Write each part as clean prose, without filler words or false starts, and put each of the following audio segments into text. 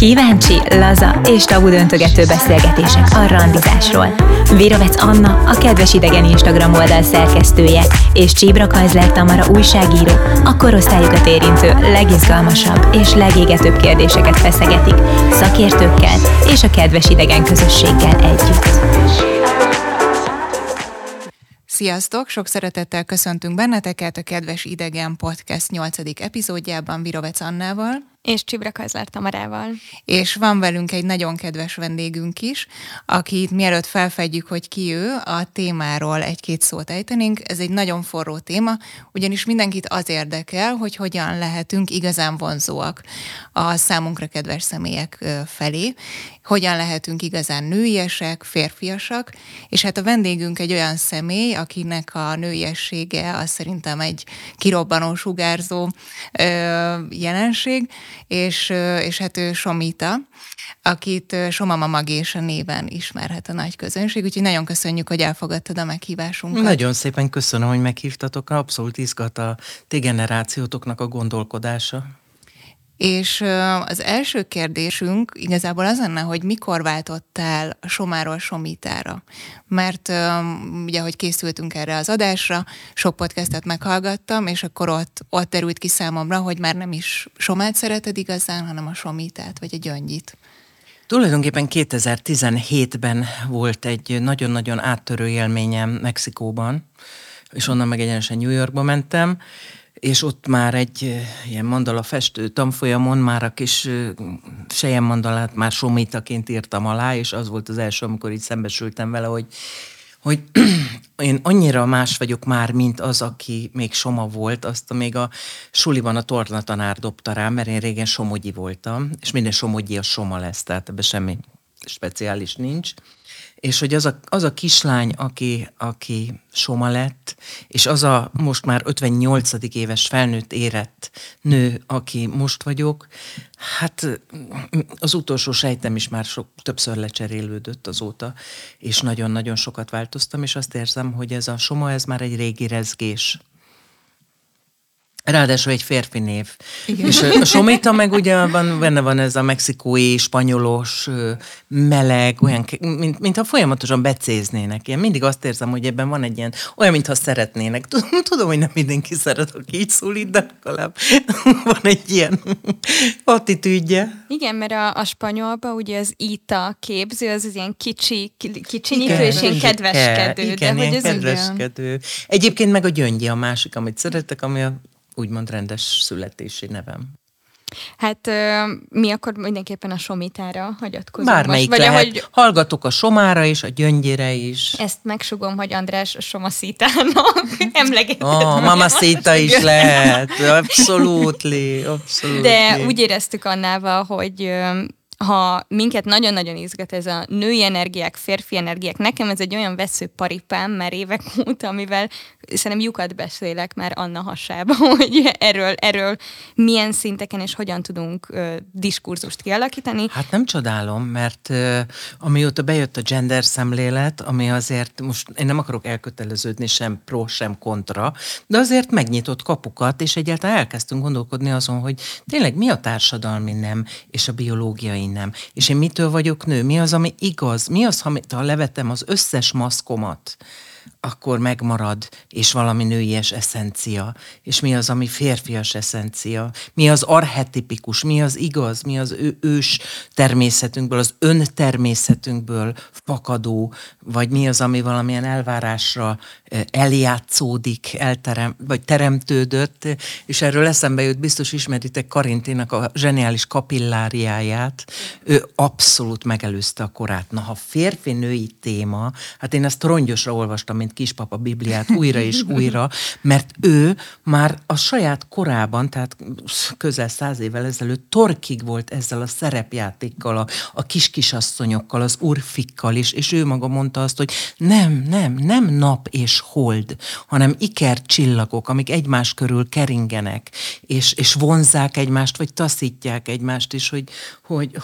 Kíváncsi, laza és tabudöntögető beszélgetések a randizásról. Virovec Anna, a Kedves Idegen Instagram oldal szerkesztője, és Csíbra Kajzler Tamara újságíró a korosztályukat érintő legizgalmasabb és legégetőbb kérdéseket feszegetik szakértőkkel és a kedves idegen közösséggel együtt. Sziasztok! Sok szeretettel köszöntünk benneteket a Kedves Idegen Podcast 8. epizódjában Virovec Annával. És Csíbra Kajzler Tamarával. És van velünk egy nagyon kedves vendégünk is, akit mielőtt felfedjük, hogy ki ő, a témáról egy-két szót ejtenénk. Ez egy nagyon forró téma, ugyanis mindenkit az érdekel, hogy hogyan lehetünk igazán vonzóak a számunkra kedves személyek felé, hogyan lehetünk igazán nőiesek, férfiasak, és hát a vendégünk egy olyan személy, akinek a nőiessége az szerintem egy kirobbanó, sugárzó jelenség, és hát ő Somita, akit Somama Magésa néven ismerhet a nagy közönség, úgyhogy nagyon köszönjük, hogy elfogadtad a meghívásunkat. Nagyon szépen köszönöm, hogy meghívtatok, abszolút izgat a ti generációtoknak a gondolkodása. És az első kérdésünk igazából az lenne, hogy mikor váltottál a Somáról Somitára? Mert ugye, hogy készültünk erre az adásra, sok podcastet meghallgattam, és akkor ott derült ki számomra, hogy már nem is Somát szereted igazán, hanem a Somitát, vagy a Gyöngyit. Tulajdonképpen 2017-ben volt egy nagyon-nagyon áttörő élményem Mexikóban, és onnan meg egyenesen New Yorkba mentem, és ott már egy ilyen mandala festő tanfolyamon már a kis selyemmandalát már somitaként írtam alá, és az volt az első, amikor így szembesültem vele, hogy én annyira más vagyok már, mint az, aki még soma volt, azt még a suliban a tornatanár dobta rám, mert én régen somogyi voltam, és minden somogyi a soma lesz, tehát ebben semmi speciális nincs. És hogy az a kislány, aki soma lett, és az a most már 58. éves felnőtt érett nő, aki most vagyok, hát az utolsó sejtem is már többször lecserélődött azóta, és nagyon-nagyon sokat változtam, és azt érzem, hogy ez a soma, ez már egy régi rezgés. Ráadásul egy férfi név. Igen. És a Somita meg ugye benne van ez a mexikói, spanyolos, meleg, olyan, mintha folyamatosan becéznének. Én mindig azt érzem, hogy ebben van egy ilyen, olyan, mintha szeretnének. Tudom, hogy nem mindenki szeret, aki így szólít, de legalább van egy ilyen attitűdje. Igen, mert a spanyolban ugye az ita képző, az ilyen kicsinyítő és ilyen kedveskedő. Igen, ilyen kedveskedő. Egyébként meg a Gyöngyi a másik, amit szeretek, ami a úgymond rendes születési nevem. Hát mi akkor mindenképpen a Somitára hagyatkozunk. Bármelyik most, lehet. Ahogy... Hallgatok a Somára is, a Gyöngyire is. Ezt megsugom, hogy András Somaszítának emlegetett. Mamacita is lehet. Abszolút. De úgy éreztük Annával, hogy ha minket nagyon-nagyon izgat ez a női energiák, férfi energiák, nekem ez egy olyan veszőparipám már évek óta, amivel szerintem lyukat beszélek már Anna hasába, hogy erről milyen szinteken és hogyan tudunk diskurzust kialakítani. Hát nem csodálom, mert amióta bejött a gender szemlélet, ami azért most én nem akarok elköteleződni sem pro, sem kontra, de azért megnyitott kapukat, és egyáltalán elkezdtünk gondolkodni azon, hogy tényleg mi a társadalmi nem, és a biológiai nem. És én mitől vagyok nő? Mi az, ami igaz? Mi az, ha levetem az összes maszkomat, akkor megmarad, és valami nőies eszencia, és mi az, ami férfias eszencia, mi az archetipikus, mi az igaz, mi az ős természetünkből, az öntermészetünkből fakadó, vagy mi az, ami valamilyen elvárásra eljátszódik, vagy teremtődött, és erről eszembe jött, biztos ismeritek Karintinak a zseniális kapilláriáját, ő abszolút megelőzte a korát. Na, ha férfi-női téma, hát én ezt rongyosra olvastam, mint kispapa Bibliát újra és újra, mert ő már a saját korában, tehát közel 100 évvel ezelőtt torkig volt ezzel a szerepjátékkal, a kisasszonyokkal, az urfikkal is, és ő maga mondta azt, hogy nem nap és hold, hanem ikercsillagok, amik egymás körül keringenek, és vonzzák egymást, vagy taszítják egymást is,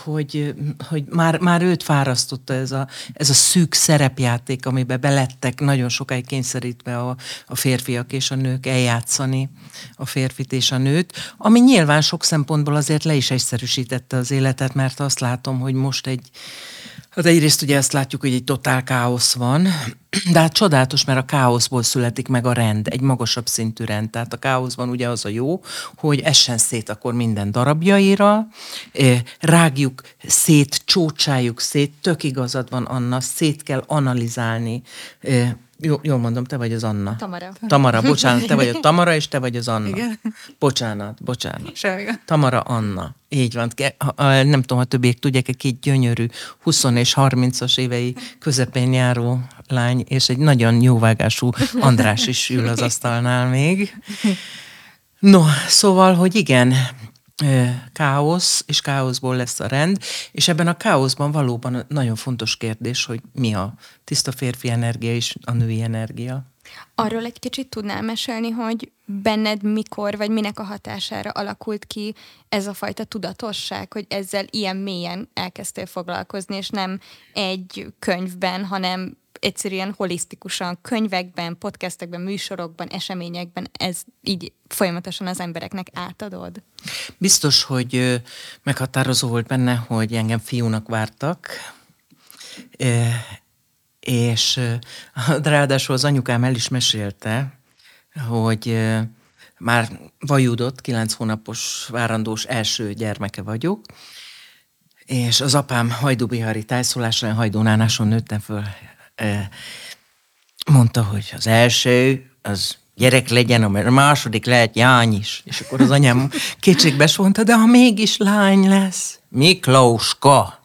hogy már őt fárasztotta ez a szűk szerepjáték, amiben belettek nagyon nagyon sokáig kényszerítve a férfiak és a nők eljátszani a férfit és a nőt, ami nyilván sok szempontból azért le is egyszerűsítette az életet, mert azt látom, hogy most hát egyrészt ugye ezt látjuk, hogy egy totál káosz van, de hát csodálatos, mert a káoszból születik meg a rend, egy magasabb szintű rend. Tehát a káoszban ugye az a jó, hogy essen szét akkor minden darabjaira, rágjuk szét, csócsáljuk szét, tök igazad van, Anna, szét kell analizálni. Jól mondom, te vagy az Anna. Tamara, bocsánat, te vagy a Tamara, és te vagy az Anna. Igen. Bocsánat. Semmi. Tamara Anna. Így van. Nem tudom, ha többiek tudják, egy két gyönyörű 20 és 30-as évei közepén járó lány, és egy nagyon jóvágású András is ül az asztalnál még. No, szóval, hogy igen, káosz, és káoszból lesz a rend, és ebben a káoszban valóban nagyon fontos kérdés, hogy mi a tiszta férfi energia és a női energia. Arról egy kicsit tudnál mesélni, hogy benned mikor, vagy minek a hatására alakult ki ez a fajta tudatosság, hogy ezzel ilyen mélyen elkezdtél foglalkozni, és nem egy könyvben, hanem egyszerűen holisztikusan, könyvekben, podcastekben, műsorokban, eseményekben ez így folyamatosan az embereknek átadod? Biztos, hogy meghatározó volt benne, hogy engem fiúnak vártak, és ráadásul az anyukám el is mesélte, hogy már vajudott, 9 hónapos várandós első gyermeke vagyok, és az apám hajdúbihari tájszólásra, Hajdúnánáson nőttem föl, mondta, hogy az első, az gyerek legyen, a második lehet lány is. És akkor az anyám kétségbe mondta, de ha mégis lány lesz, Miklóska.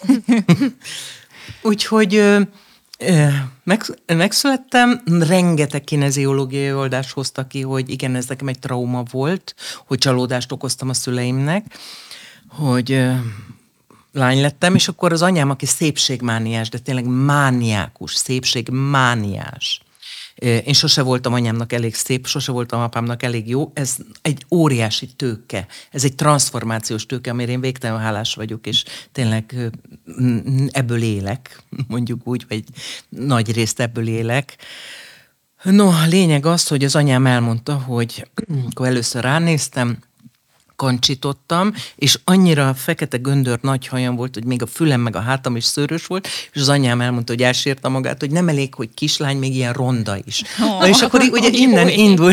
Úgyhogy megszülettem, rengeteg kineziológiai oldást hozta ki, hogy igen, ez nekem egy trauma volt, hogy csalódást okoztam a szüleimnek, hogy lány lettem, és akkor az anyám, aki szépségmániás, de tényleg mániákus, szépségmániás. Én sose voltam anyámnak elég szép, sose voltam apámnak elég jó. Ez egy óriási tőke. Ez egy transformációs tőke, amire én végtelenül hálás vagyok, és tényleg ebből élek, mondjuk úgy, vagy nagy részt ebből élek. No, a lényeg az, hogy az anyám elmondta, hogy akkor először ránéztem, kancsítottam, és annyira fekete göndör nagy hajam volt, hogy még a fülem meg a hátam is szőrös volt, és az anyám elmondta, hogy elsírta magát, hogy nem elég, hogy kislány, még ilyen ronda is. Na és akkor ugye innen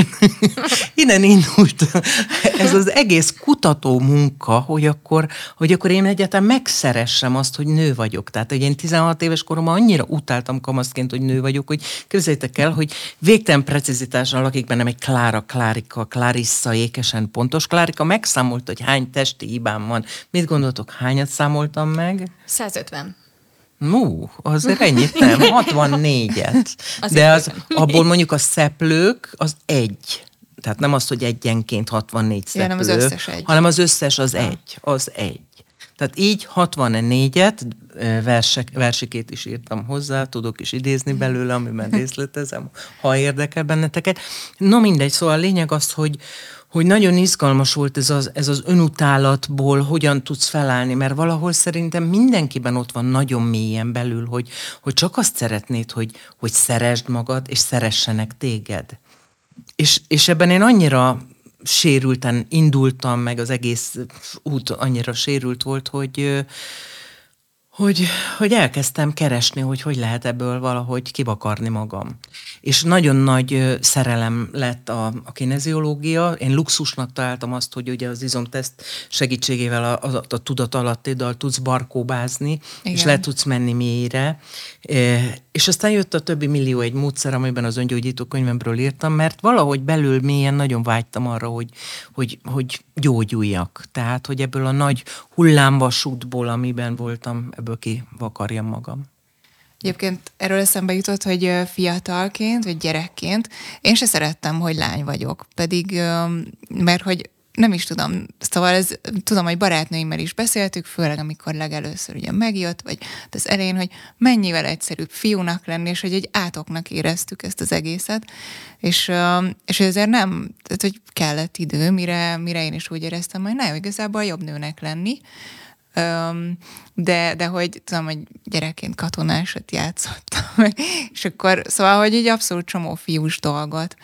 indult ez az egész kutató munka, hogy akkor én egyáltalán megszeressem azt, hogy nő vagyok. Tehát, hogy én 16 éves koromban annyira utáltam kamaszként, hogy nő vagyok, hogy képzeljétek el, hogy végtelen precizitással lakik bennem egy Clarissa, ékesen pontos. Klárika megszámolt, hogy hány testi hibám van. Mit gondoltok, hányat számoltam meg? 150. Azért ennyit nem, 64-et. De abból mondjuk a szeplők az egy. Tehát nem az, hogy egyenként 64 szeplő, nem az összes egy. hanem az összes az egy. Tehát így 64-et, versikét is írtam hozzá, tudok is idézni belőle, amiben részletezem, ha érdekel benneteket. No mindegy, szóval a lényeg az, hogy nagyon izgalmas volt ez az önutálatból, hogyan tudsz felállni, mert valahol szerintem mindenkiben ott van nagyon mélyen belül, hogy csak azt szeretnéd, hogy szeresd magad, és szeressenek téged. És ebben én annyira sérülten indultam, meg az egész út annyira sérült volt, hogy elkezdtem keresni, hogy lehet ebből valahogy kivakarni magam. És nagyon nagy szerelem lett a kineziológia. Én luxusnak találtam azt, hogy ugye az izomteszt segítségével a tudat alattiddal tudsz barkóbázni, igen, és le tudsz menni mélyre. És aztán jött a többi millió egy módszer, amiben az öngyógyító könyvemről írtam, mert valahogy belül mélyen nagyon vágytam arra, hogy gyógyuljak. Tehát, hogy ebből a nagy hullámvasútból, amiben voltam, ebből kivakarjam magam. Egyébként erről eszembe jutott, hogy fiatalként, vagy gyerekként én se szerettem, hogy lány vagyok. Pedig, mert hogy nem is tudom, szóval tudom, hogy barátnőimmel is beszéltük, főleg amikor legelőször ugye megjött, vagy az elején, hogy mennyivel egyszerűbb fiúnak lenni, és hogy egy átoknak éreztük ezt az egészet, és ezért nem, tehát hogy kellett idő, mire én is úgy éreztem, hogy nagyon igazából jobb nőnek lenni, de hogy tudom, hogy gyerekként katonásat játszottam, és akkor szóval, hogy így abszolút csomó fiús dolgot,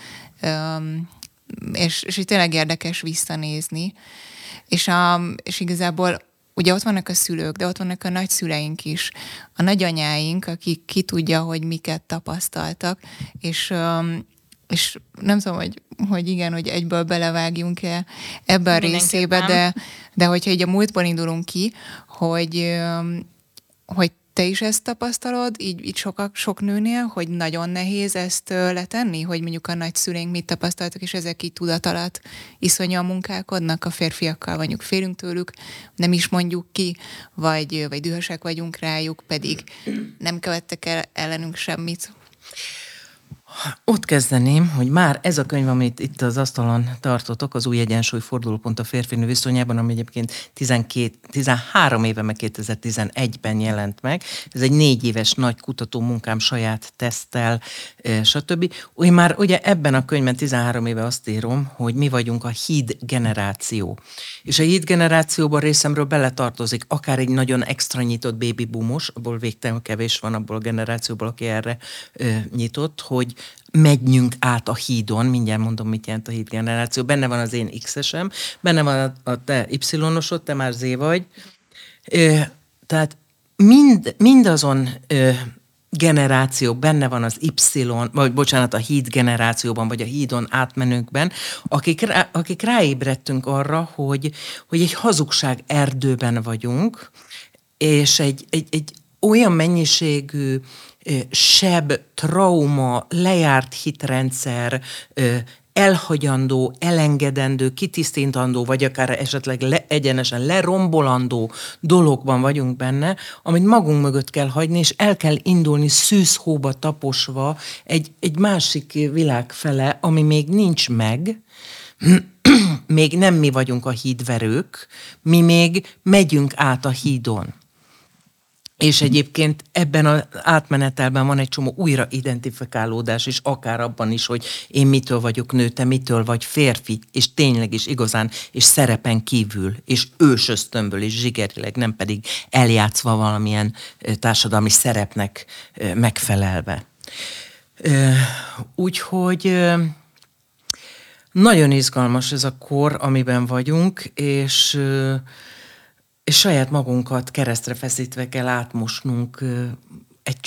és így tényleg érdekes visszanézni, és igazából ugye ott vannak a szülők, de ott vannak a nagyszüleink is, a nagyanyáink, akik ki tudja, hogy miket tapasztaltak, és nem tudom, hogy igen, hogy egyből belevágjunk-e ebbe a részébe, de hogyha így a múltból indulunk ki, hogy te is ezt tapasztalod, így sok nőnél, hogy nagyon nehéz ezt letenni, hogy mondjuk a nagyszüleink mit tapasztaltak, és ezek így tudat alatt iszonyúan munkálkodnak a férfiakkal, mondjuk félünk tőlük, nem is mondjuk ki, vagy dühösek vagyunk rájuk, pedig nem követtek el ellenünk semmit. Ott kezdeném, hogy már ez a könyv, amit itt az asztalon tartotok, az Új egyensúly fordulópont a férfi-nő viszonyában, ami egyébként 13 éve, meg 2011-ben jelent meg. Ez egy 4 éves nagy kutató munkám, saját teszttel, stb. Úgy már ugye ebben a könyvben 13 éve azt írom, hogy mi vagyunk a híd generáció. És a híd generációban részemről beletartozik akár egy nagyon extra nyitott baby boomos, abból végtelen kevés van abból a generációból, aki erre nyitott, hogy menjünk át a hídon, mindjárt mondom, mit jelent a híd generáció. Benne van az én X-esem, benne van a te Y-osod, te már Z vagy. Tehát mindazon generáció, benne van az Y, vagy bocsánat, a híd generációban, vagy a hídon átmenőkben, akik ráébredtünk arra, hogy egy hazugság erdőben vagyunk, és egy olyan mennyiségű seb, trauma, lejárt hitrendszer, elhagyandó, elengedendő, kitisztítandó, vagy akár esetleg egyenesen lerombolandó dologban vagyunk benne, amit magunk mögött kell hagyni, és el kell indulni szűzhóba taposva egy másik világ fele, ami még nincs meg, még nem mi vagyunk a hídverők, mi még megyünk át a hídon. És egyébként ebben az átmenetelben van egy csomó újraidentifikálódás is, akár abban is, hogy én mitől vagyok nő, te mitől vagy férfi, és tényleg is igazán, és szerepen kívül, és ősösztönből, és zsigerileg, nem pedig eljátszva valamilyen társadalmi szerepnek megfelelve. Úgyhogy nagyon izgalmas ez a kor, amiben vagyunk, és saját magunkat keresztre feszítve kell átmosnunk egy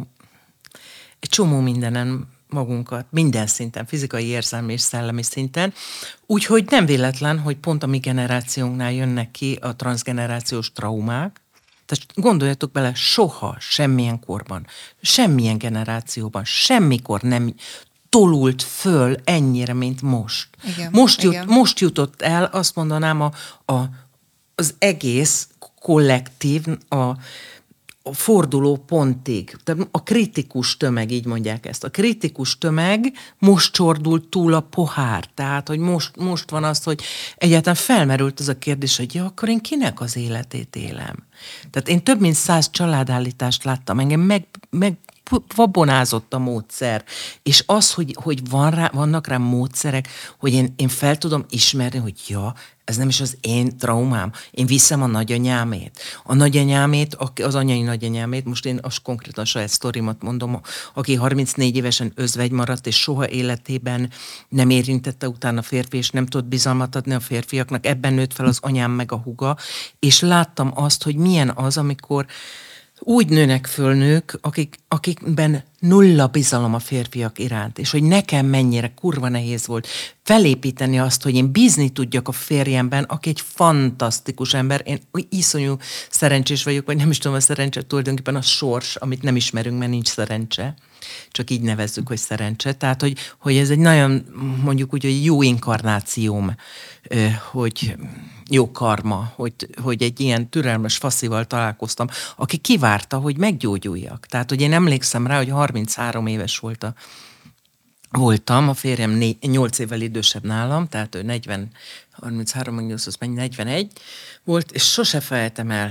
csomó mindenen magunkat, minden szinten, fizikai, érzelmi és szellemi szinten. Úgyhogy nem véletlen, hogy pont a mi generációnknál jönnek ki a transzgenerációs traumák. Tehát gondoljatok bele, soha, semmilyen korban, semmilyen generációban, semmikor nem tolult föl ennyire, mint most. Igen, most jutott el, azt mondanám, az egész kollektív a forduló pontig. Tehát a kritikus tömeg, így mondják ezt. A kritikus tömeg most csordult túl a pohár. Tehát, hogy most van az, hogy egyáltalán felmerült az a kérdés, hogy ja, akkor én kinek az életét élem? Tehát én több mint 100 családállítást láttam. Engem megvabonázott a módszer. És az, hogy vannak rá módszerek, hogy én fel tudom ismerni, hogy ja, ez nem is az én traumám. Én viszem a nagyanyámét. A nagyanyámét, az anyai nagyanyámét, most én konkrétan a saját sztorimat mondom, aki 34 évesen özvegy maradt, és soha életében nem érintette utána a férfi, és nem tudott bizalmat adni a férfiaknak. Ebben nőtt fel az anyám meg a húga, és láttam azt, hogy milyen az, amikor úgy nőnek föl nők, akikben nulla bizalom a férfiak iránt, és hogy nekem mennyire kurva nehéz volt felépíteni azt, hogy én bízni tudjak a férjemben, aki egy fantasztikus ember. Én iszonyú szerencsés vagyok, vagy nem is tudom, a szerencse tulajdonképpen a sors, amit nem ismerünk, mert nincs szerencse. Csak így nevezzük, hogy szerencse. Tehát, hogy ez egy nagyon, mondjuk úgy, hogy jó inkarnációm, hogy jó karma, hogy egy ilyen türelmes faszival találkoztam, aki kivárta, hogy meggyógyuljak. Tehát, hogy én emlékszem rá, hogy 33 éves voltam, a férjem 8 évvel idősebb nálam, tehát ő 33, 41 volt, és sose felejtem el.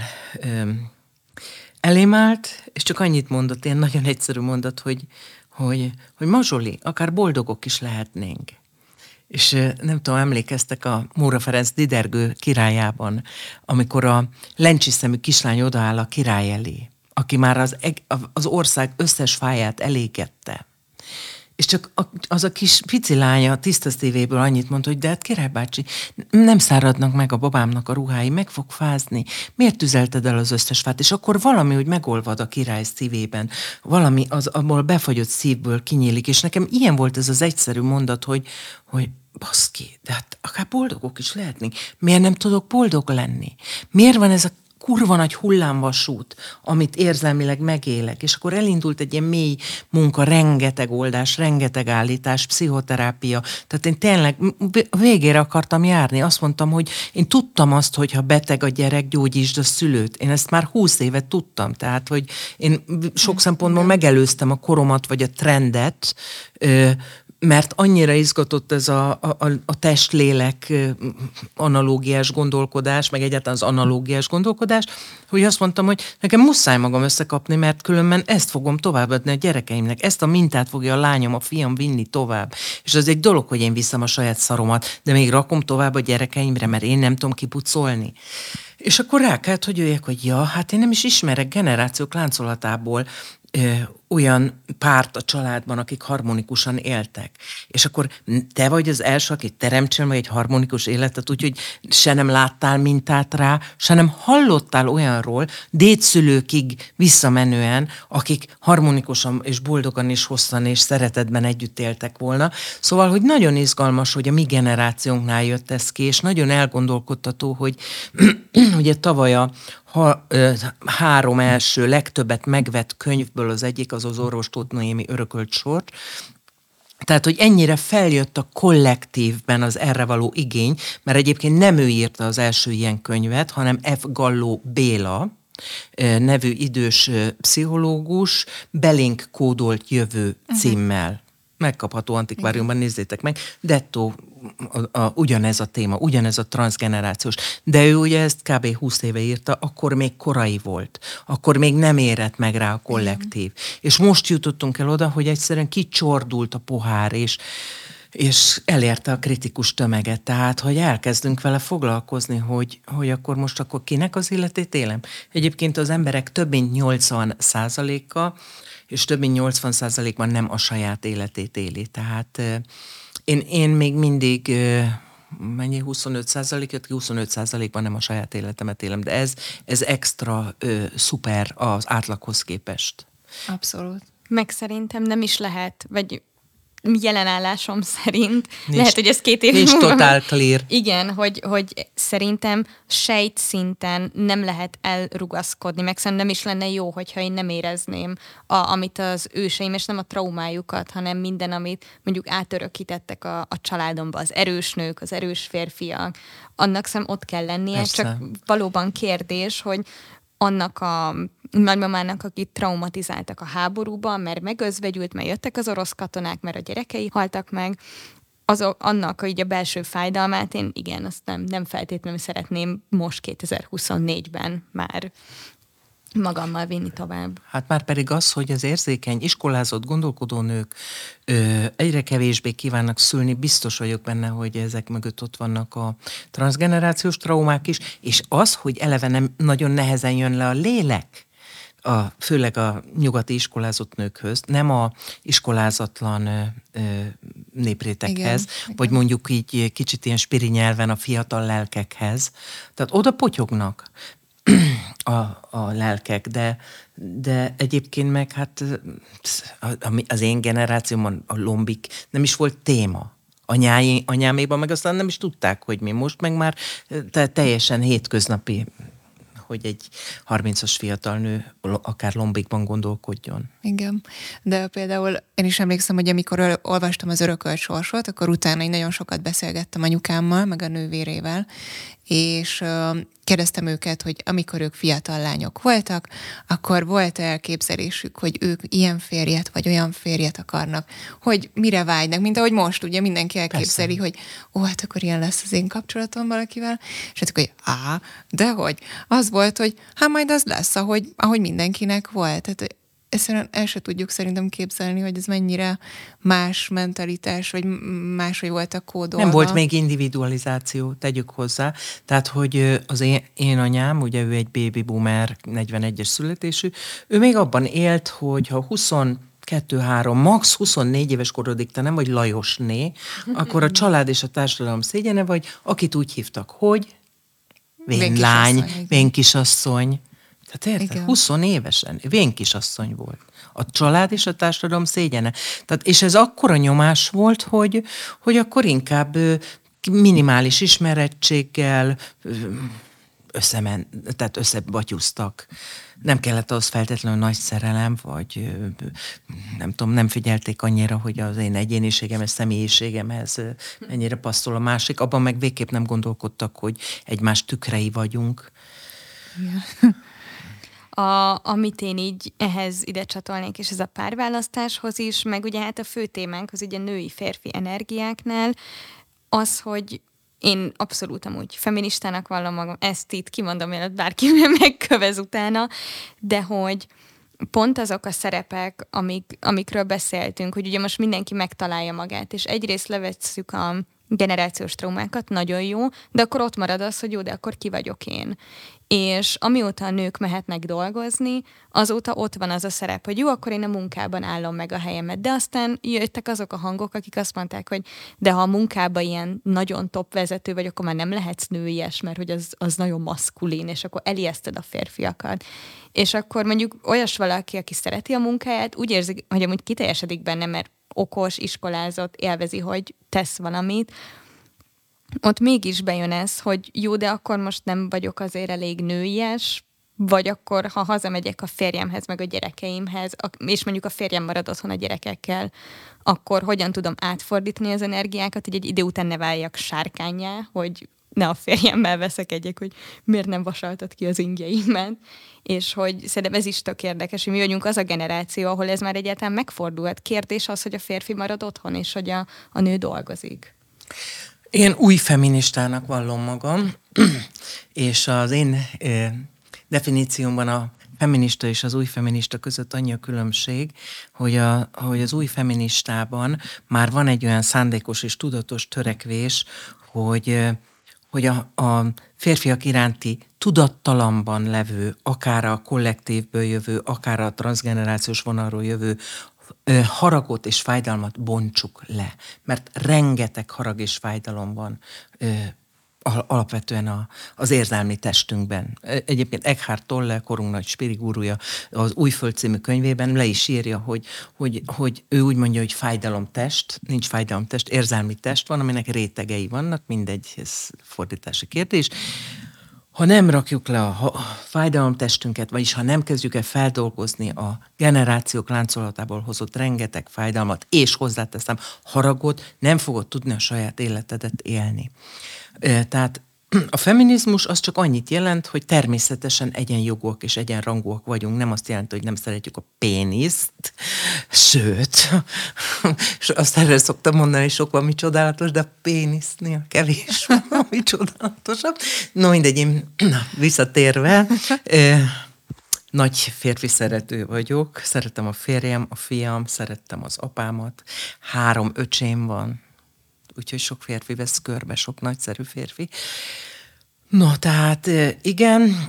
Elém állt, és csak annyit mondott, ilyen nagyon egyszerű mondat, hogy Mazsoli, akár boldogok is lehetnénk. És nem tudom, emlékeztek a Móra Ferenc Didergő királyában, amikor a lencsiszemű kislány odaáll a király elé, aki már az ország összes fáját elégette. És csak az a kis pici lánya tiszta szívéből annyit mondta, hogy de hát király bácsi, nem száradnak meg a babámnak a ruhái, meg fog fázni. Miért tüzelted el az összes fát? És akkor valami úgy megolvad a király szívében. Valami az abból befagyott szívből kinyílik. És nekem ilyen volt ez az egyszerű mondat, hogy baszki, de hát akár boldogok is lehetnénk. Miért nem tudok boldog lenni? Miért van ez a kurva nagy hullámvasút, amit érzelmileg megélek, és akkor elindult egy ilyen mély munka, rengeteg oldás, rengeteg állítás, pszichoterápia. Tehát én tényleg végére akartam járni. Azt mondtam, hogy én tudtam azt, hogy ha beteg a gyerek, gyógyítsd a szülőt. Én ezt már 20 évet tudtam. Tehát, hogy én sok szempontból megelőztem a koromat, vagy a trendet, mert annyira izgatott ez a test-lélek analógiás gondolkodás, meg egyáltalán az analógiás gondolkodás, hogy azt mondtam, hogy nekem muszáj magam összekapni, mert különben ezt fogom továbbadni a gyerekeimnek. Ezt a mintát fogja a lányom, a fiam vinni tovább. És az egy dolog, hogy én viszem a saját szaromat, de még rakom tovább a gyerekeimre, mert én nem tudom kipucolni. És akkor rákelt, hogy jöjjek, hogy ja, hát én nem is ismerek generációk láncolatából olyan párt a családban, akik harmonikusan éltek. És akkor te vagy az első, aki teremtsél meg egy harmonikus életet, úgyhogy se nem láttál mintát rá, se nem hallottál olyanról, dédszülőkig visszamenően, akik harmonikusan és boldogan és hosszan és szeretetben együtt éltek volna. Szóval, hogy nagyon izgalmas, hogy a mi generációnknál jött ez ki, és nagyon elgondolkodtató, hogy ugye tavaly a 3 első legtöbbet megvett könyvből az egyik az Orvos Tóth Noémi Örökölt sort. Tehát, hogy ennyire feljött a kollektívben az erre való igény, mert egyébként nem ő írta az első ilyen könyvet, hanem F. Galló Béla nevű idős pszichológus, Belénk kódolt jövő címmel. Megkapható antikváriumban, nézzétek meg. Dettó, ugyanez a téma, ugyanez a transzgenerációs. De ő ugye ezt kb. 20 éve írta, akkor még korai volt. Akkor még nem érett meg rá a kollektív. És most jutottunk el oda, hogy egyszerűen kicsordult a pohár, és elérte a kritikus tömeget. Tehát, hogy elkezdünk vele foglalkozni, hogy akkor kinek az életét élem. Egyébként az emberek több mint 80%-a, és több mint 80%-ban nem a saját életét éli. Tehát én még mindig 25%-ban nem a saját életemet élem, de ez extra szuper az átlaghoz képest. Abszolút. Meg szerintem nem is lehet, vagy jelenállásom szerint, lehet, hogy ez 2 év nincs totál clear. Igen, hogy szerintem sejtszinten nem lehet elrugaszkodni, meg szerintem nem is lenne jó, hogyha én nem érezném, amit az őseim, és nem a traumájukat, hanem minden, amit mondjuk átörökítettek a családomba, az erős nők, az erős férfiak, annak szerintem ott kell lennie, persze. Csak valóban kérdés, hogy annak a nagymamának, akit traumatizáltak a háborúban, mert megözvegyült, mert jöttek az orosz katonák, mert a gyerekei haltak meg, annak így a belső fájdalmát én igen, azt nem feltétlenül szeretném most 2024-ben már magammal vinni tovább. Hát már pedig az, hogy az érzékeny, iskolázott, gondolkodó nők egyre kevésbé kívánnak szülni, biztos vagyok benne, hogy ezek mögött ott vannak a transzgenerációs traumák is, és az, hogy eleve nem nagyon nehezen jön le a lélek, főleg a nyugati iskolázott nőkhöz, nem a iskolázatlan néprétekhez, igen. Vagy mondjuk így kicsit ilyen spiri nyelven a fiatal lelkekhez. Tehát oda potyognak a lelkek, de egyébként meg hát az én generációmban a lombik nem is volt téma. Anyáméban meg aztán nem is tudták, hogy mi most, meg már teljesen hétköznapi, hogy egy 30-as fiatal nő akár lombikban gondolkodjon. Igen, de például én is emlékszem, hogy amikor olvastam az Örökölt sorsot, akkor utána én nagyon sokat beszélgettem anyukámmal, meg a nővérével, és kérdeztem őket, hogy amikor ők fiatal lányok voltak, akkor volt elképzelésük, hogy ők ilyen férjet, vagy olyan férjet akarnak, hogy mire vágynak, mint ahogy most, ugye mindenki elképzeli, persze. Hogy hát akkor ilyen lesz az én kapcsolatom valakivel, és hát hogy dehogy. Az volt, hogy hát majd az lesz, ahogy mindenkinek volt. Tehát Egyszerűen el se tudjuk szerintem képzelni, hogy ez mennyire más mentalitás, vagy máshogy voltak kódolva. Nem volt még individualizáció, tegyük hozzá. Tehát, hogy az én anyám, ugye ő egy baby boomer, 41-es születésű, ő még abban élt, hogy ha 22-3, max 24 éves korodig te nem vagy Lajosné, akkor a család és a társadalom szégyene vagy, akit úgy hívtak, hogy vénlány, vénkisasszony. Tehát érted? 20 évesen vénkisasszony volt. A család és a társadalom szégyene. Tehát, és ez akkora nyomás volt, hogy akkor inkább minimális ismerettséggel tehát összebatyúztak. Nem kellett az feltétlenül nagy szerelem, vagy nem tudom, nem figyelték annyira, hogy az én egyéniségemhez, személyiségemhez mennyire passzol a másik. Abban meg végképp nem gondolkodtak, hogy egymás tükrei vagyunk. Yeah. Amit én így ehhez ide csatolnék, és ez a párválasztáshoz is, meg ugye hát a fő témánk az ugye női-férfi energiáknál, az, hogy én abszolút amúgy feministának vallom magam, ezt itt kimondom, mielőtt bárki megkövez utána, de hogy pont azok a szerepek, amikről beszéltünk, hogy ugye most mindenki megtalálja magát, és egyrészt levesszük a generációs traumákat, nagyon jó, de akkor ott marad az, hogy jó, de akkor ki vagyok én. És amióta a nők mehetnek dolgozni, azóta ott van az a szerep, hogy jó, akkor én a munkában állom meg a helyemet. De aztán jöttek azok a hangok, akik azt mondták, hogy de ha a munkában ilyen nagyon top vezető vagy, akkor már nem lehetsz nőies, mert hogy az nagyon maszkulin, és akkor elijeszted a férfiakat. És akkor mondjuk olyas valaki, aki szereti a munkáját, úgy érzi, hogy amúgy kiteljesedik benne, mert okos, iskolázott, élvezi, hogy tesz valamit, ott mégis bejön ez, hogy jó, de akkor most nem vagyok azért elég nőies, vagy akkor, ha hazamegyek a férjemhez, meg a gyerekeimhez, és mondjuk a férjem marad otthon a gyerekekkel, akkor hogyan tudom átfordítani az energiákat, hogy egy idő után ne váljak sárkánnyá, hogy ne a férjemmel veszekedjek, hogy miért nem vasaltad ki az ingjeimet. És hogy szerintem ez is tök érdekes, hogy mi vagyunk az a generáció, ahol ez már egyáltalán megfordulhat. Kérdés az, hogy a férfi marad otthon, és hogy a nő dolgozik. Én új feministának vallom magam, és az én definíciómban a feminista és az új feminista között annyi a különbség, hogy az új feministában már van egy olyan szándékos és tudatos törekvés, hogy a férfiak iránti tudattalamban levő, akár a kollektívből jövő, akár a transzgenerációs vonalról jövő haragot és fájdalmat bontsuk le. Mert rengeteg harag és fájdalom van alapvetően az érzelmi testünkben. Egyébként Eckhart Tolle, korunk nagy spirigúruja, az Újföld című könyvében le is írja, hogy ő úgy mondja, hogy fájdalomtest, nincs fájdalomtest, érzelmi test van, aminek rétegei vannak, mindegy, ez fordítási kérdés. Ha nem rakjuk le a fájdalomtestünket, vagyis ha nem kezdjük el feldolgozni a generációk láncolatából hozott rengeteg fájdalmat, és hozzáteszem haragot, nem fogod tudni a saját életedet élni. Tehát a feminizmus az csak annyit jelent, hogy természetesen egyenjogúak és egyenrangúak vagyunk. Nem azt jelenti, hogy nem szeretjük a péniszt, sőt, és azt erre szoktam mondani, sok van, mi csodálatos, de a pénisznél kevés van, ami csodálatosabb. No, mindegy, én visszatérve, nagy férfi szerető vagyok, szeretem a férjem, a fiam, szerettem az apámat, 3 öcsém van, úgyhogy sok férfi vesz körbe, sok nagyszerű férfi. No, tehát igen,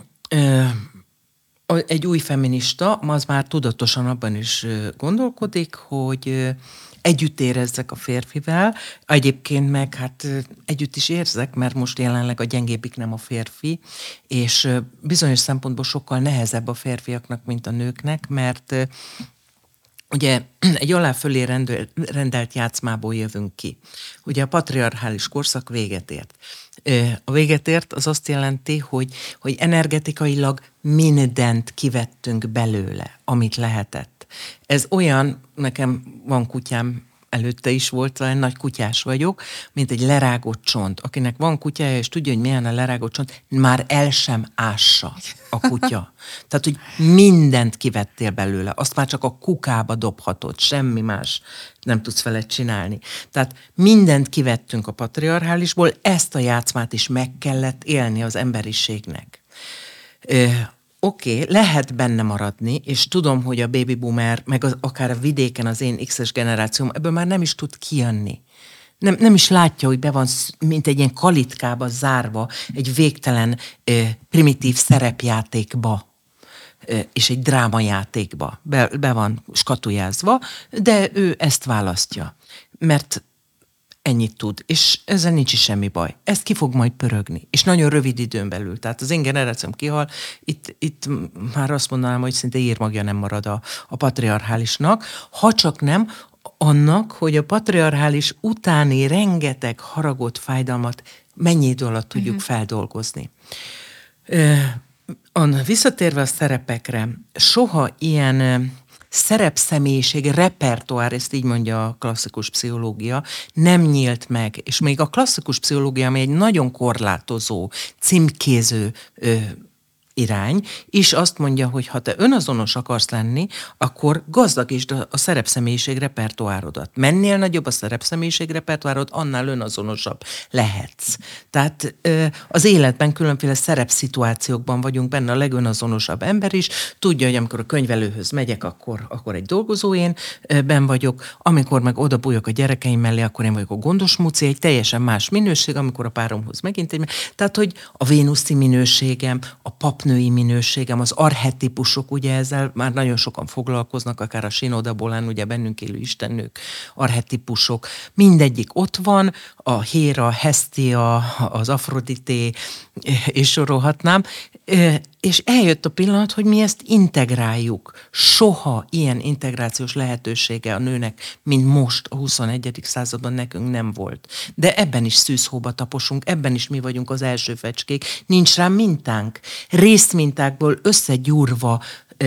egy új feminista, az már tudatosan abban is gondolkodik, hogy együtt érezzek a férfivel, egyébként meg hát együtt is érzek, mert most jelenleg a gyengébbik nem a férfi, és bizonyos szempontból sokkal nehezebb a férfiaknak, mint a nőknek, mert ugye egy alá-fölé rendelt játszmából jövünk ki. Ugye a patriarchális korszak véget ért. A véget ért az azt jelenti, hogy energetikailag mindent kivettünk belőle, amit lehetett. Ez olyan, nekem van kutyám, előtte is volt, egy nagy kutyás vagyok, mint egy lerágott csont. Akinek van kutyája, és tudja, hogy milyen a lerágott csont, már el sem ássa a kutya. Tehát, hogy mindent kivettél belőle, azt már csak a kukába dobhatod, semmi más nem tudsz vele csinálni. Tehát mindent kivettünk a patriarchálisból, ezt a játszmát is meg kellett élni az emberiségnek. Oké, lehet benne maradni, és tudom, hogy a baby boomer, meg akár a vidéken az én X-es generációm ebből már nem is tud kijönni. Nem is látja, hogy be van, mint egy ilyen kalitkába zárva, egy végtelen primitív szerepjátékba, és egy drámajátékba be van skatujázva, de ő ezt választja, mert ennyit tud, és ezzel nincs is semmi baj. Ezt ki fog majd pörögni, és nagyon rövid időn belül. Tehát az én generációm kihal, itt már azt mondanám, hogy szinte írmagja nem marad a patriarchálisnak, ha csak nem annak, hogy a patriarchális utáni rengeteg haragot, fájdalmat mennyi idő alatt tudjuk feldolgozni. Visszatérve a szerepekre, soha ilyen szerepszemélyiség, repertoár, ezt így mondja a klasszikus pszichológia, nem nyílt meg. És még a klasszikus pszichológia, ami egy nagyon korlátozó, címkéző irány, és azt mondja, hogy ha te önazonos akarsz lenni, akkor gazdagítsd a szerepszemélyiség repertoárodat. Mennél nagyobb a szerepszemélyiség repertoárod, annál önazonosabb lehetsz. Tehát az életben különféle szerepszituációkban vagyunk benne, a legönazonosabb ember is tudja, hogy amikor a könyvelőhöz megyek, akkor egy dolgozó én ben vagyok, amikor meg oda bújok a gyerekeim mellé, akkor én vagyok a gondos muci, egy teljesen más minőség, amikor a páromhoz megint egy. Tehát, hogy a vénuszi minőségem, a papnői minőségem, az archetípusok, ugye ezzel már nagyon sokan foglalkoznak, akár a Shinoda Bolen, ugye bennünk élő istennők, archetípusok, mindegyik ott van, a Héra, Hesztia, az Afrodité, és sorolhatnám, és eljött a pillanat, hogy mi ezt integráljuk. Soha ilyen integrációs lehetősége a nőnek, mint most a 21. században nekünk nem volt. De ebben is szűzhóba taposunk, ebben is mi vagyunk az első fecskék, nincs rá mintánk. Részmintákból összegyúrva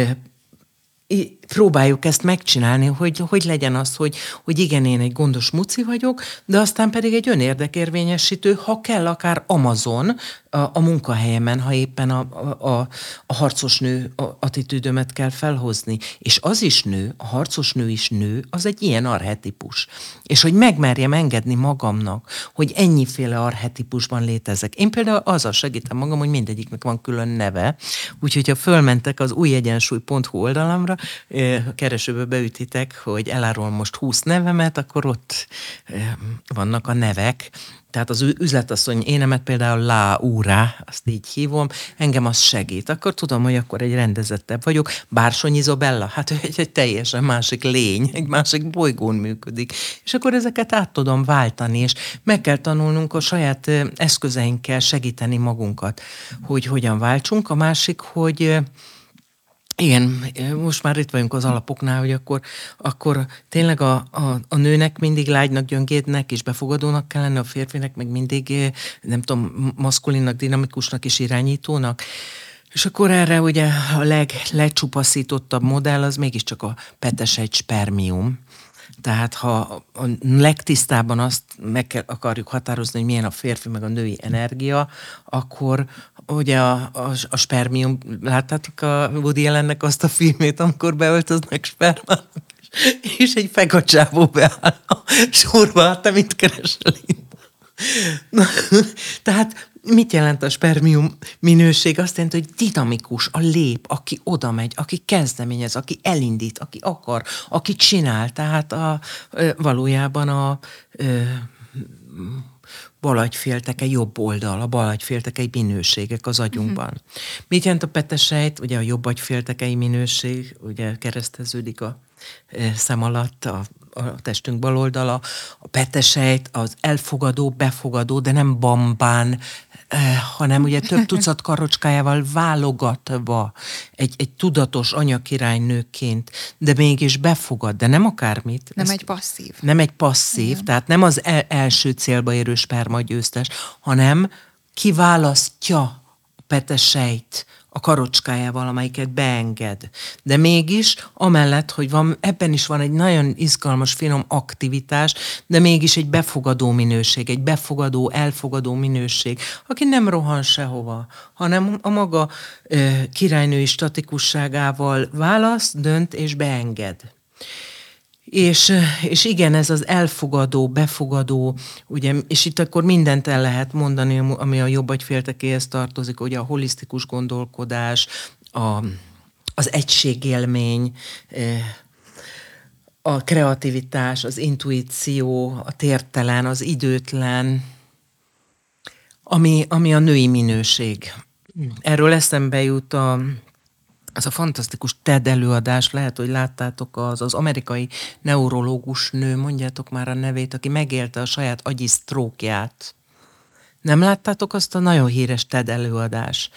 próbáljuk ezt megcsinálni, hogy legyen az, hogy igen, én egy gondos muci vagyok, de aztán pedig egy önérdekérvényesítő, ha kell, akár Amazon a munkahelyemen, ha éppen a harcos nő attitűdömet kell felhozni. És az is nő, a harcos nő is nő, az egy ilyen archetípus. És hogy megmerjem engedni magamnak, hogy ennyiféle archetípusban létezek. Én például azzal segítem magam, hogy mindegyiknek van külön neve, úgyhogy ha fölmentek az újegyensúly.hu oldalamra, keresőbe beütitek, hogy elárulom most 20 nevemet, akkor ott vannak a nevek. Tehát az üzletasszony énemet például Laura, azt így hívom, engem az segít. Akkor tudom, hogy akkor egy rendezettebb vagyok. Bársony Izabella, hát ő egy teljesen másik lény, egy másik bolygón működik. És akkor ezeket át tudom váltani, és meg kell tanulnunk a saját eszközeinkkel segíteni magunkat, hogy hogyan váltsunk. A másik, hogy igen, most már itt vagyunk az alapoknál, hogy akkor tényleg a nőnek mindig lágynak, gyöngédnek és befogadónak kell lenni, a férfinek meg mindig, nem tudom, maszkulinnak, dinamikusnak és irányítónak. És akkor erre ugye a legcsupaszítottabb modell az mégiscsak a petesejt spermium. Tehát ha a legtisztábban azt akarjuk határozni, hogy milyen a férfi meg a női energia, akkor ugye a spermium, láttátok a Woody Allennek azt a filmét, amikor beöltöznek spermának, és egy fegacsávó beáll a sorba, hát te mit keresel itt? Tehát mit jelent a spermium minőség? Azt jelenti, hogy dinamikus, a lép, aki oda megy, aki kezdeményez, aki elindít, aki akar, aki csinál. Tehát valójában a balagyfélteke jobb oldal, a balagyféltekei minőségek az agyunkban. Mit jelent a petesejt? Ugye a jobb agyféltekei minőség, ugye kereszteződik a szem alatt, a testünk bal oldala, a petesejt, az elfogadó, befogadó, de nem bambán, hanem ugye több tucat karocskájával válogatva egy tudatos anyakirálynőként, de mégis befogad, de nem akármit. Nem egy passzív. Nem egy passzív, tehát nem az első célba érő sperma győztes, hanem kiválasztja a petesejt a karocskájával, amelyiket beenged. De mégis, amellett, hogy ebben is van egy nagyon izgalmas, finom aktivitás, de mégis egy befogadó minőség, egy befogadó, elfogadó minőség, aki nem rohan sehova, hanem a maga királynői statikusságával választ, dönt és beenged. És igen, ez az elfogadó, befogadó, ugye, és itt akkor mindent el lehet mondani, ami a jobb agyféltekéhez tartozik, ugye a holisztikus gondolkodás, az egységélmény, a kreativitás, az intuíció, a tértelen, az időtlen, ami a női minőség. Erről eszembe jut az a fantasztikus TED előadás, lehet, hogy láttátok, az amerikai neurológus nő, mondjátok már a nevét, aki megélte a saját agyi sztrókját. Nem láttátok azt a nagyon híres TED előadás?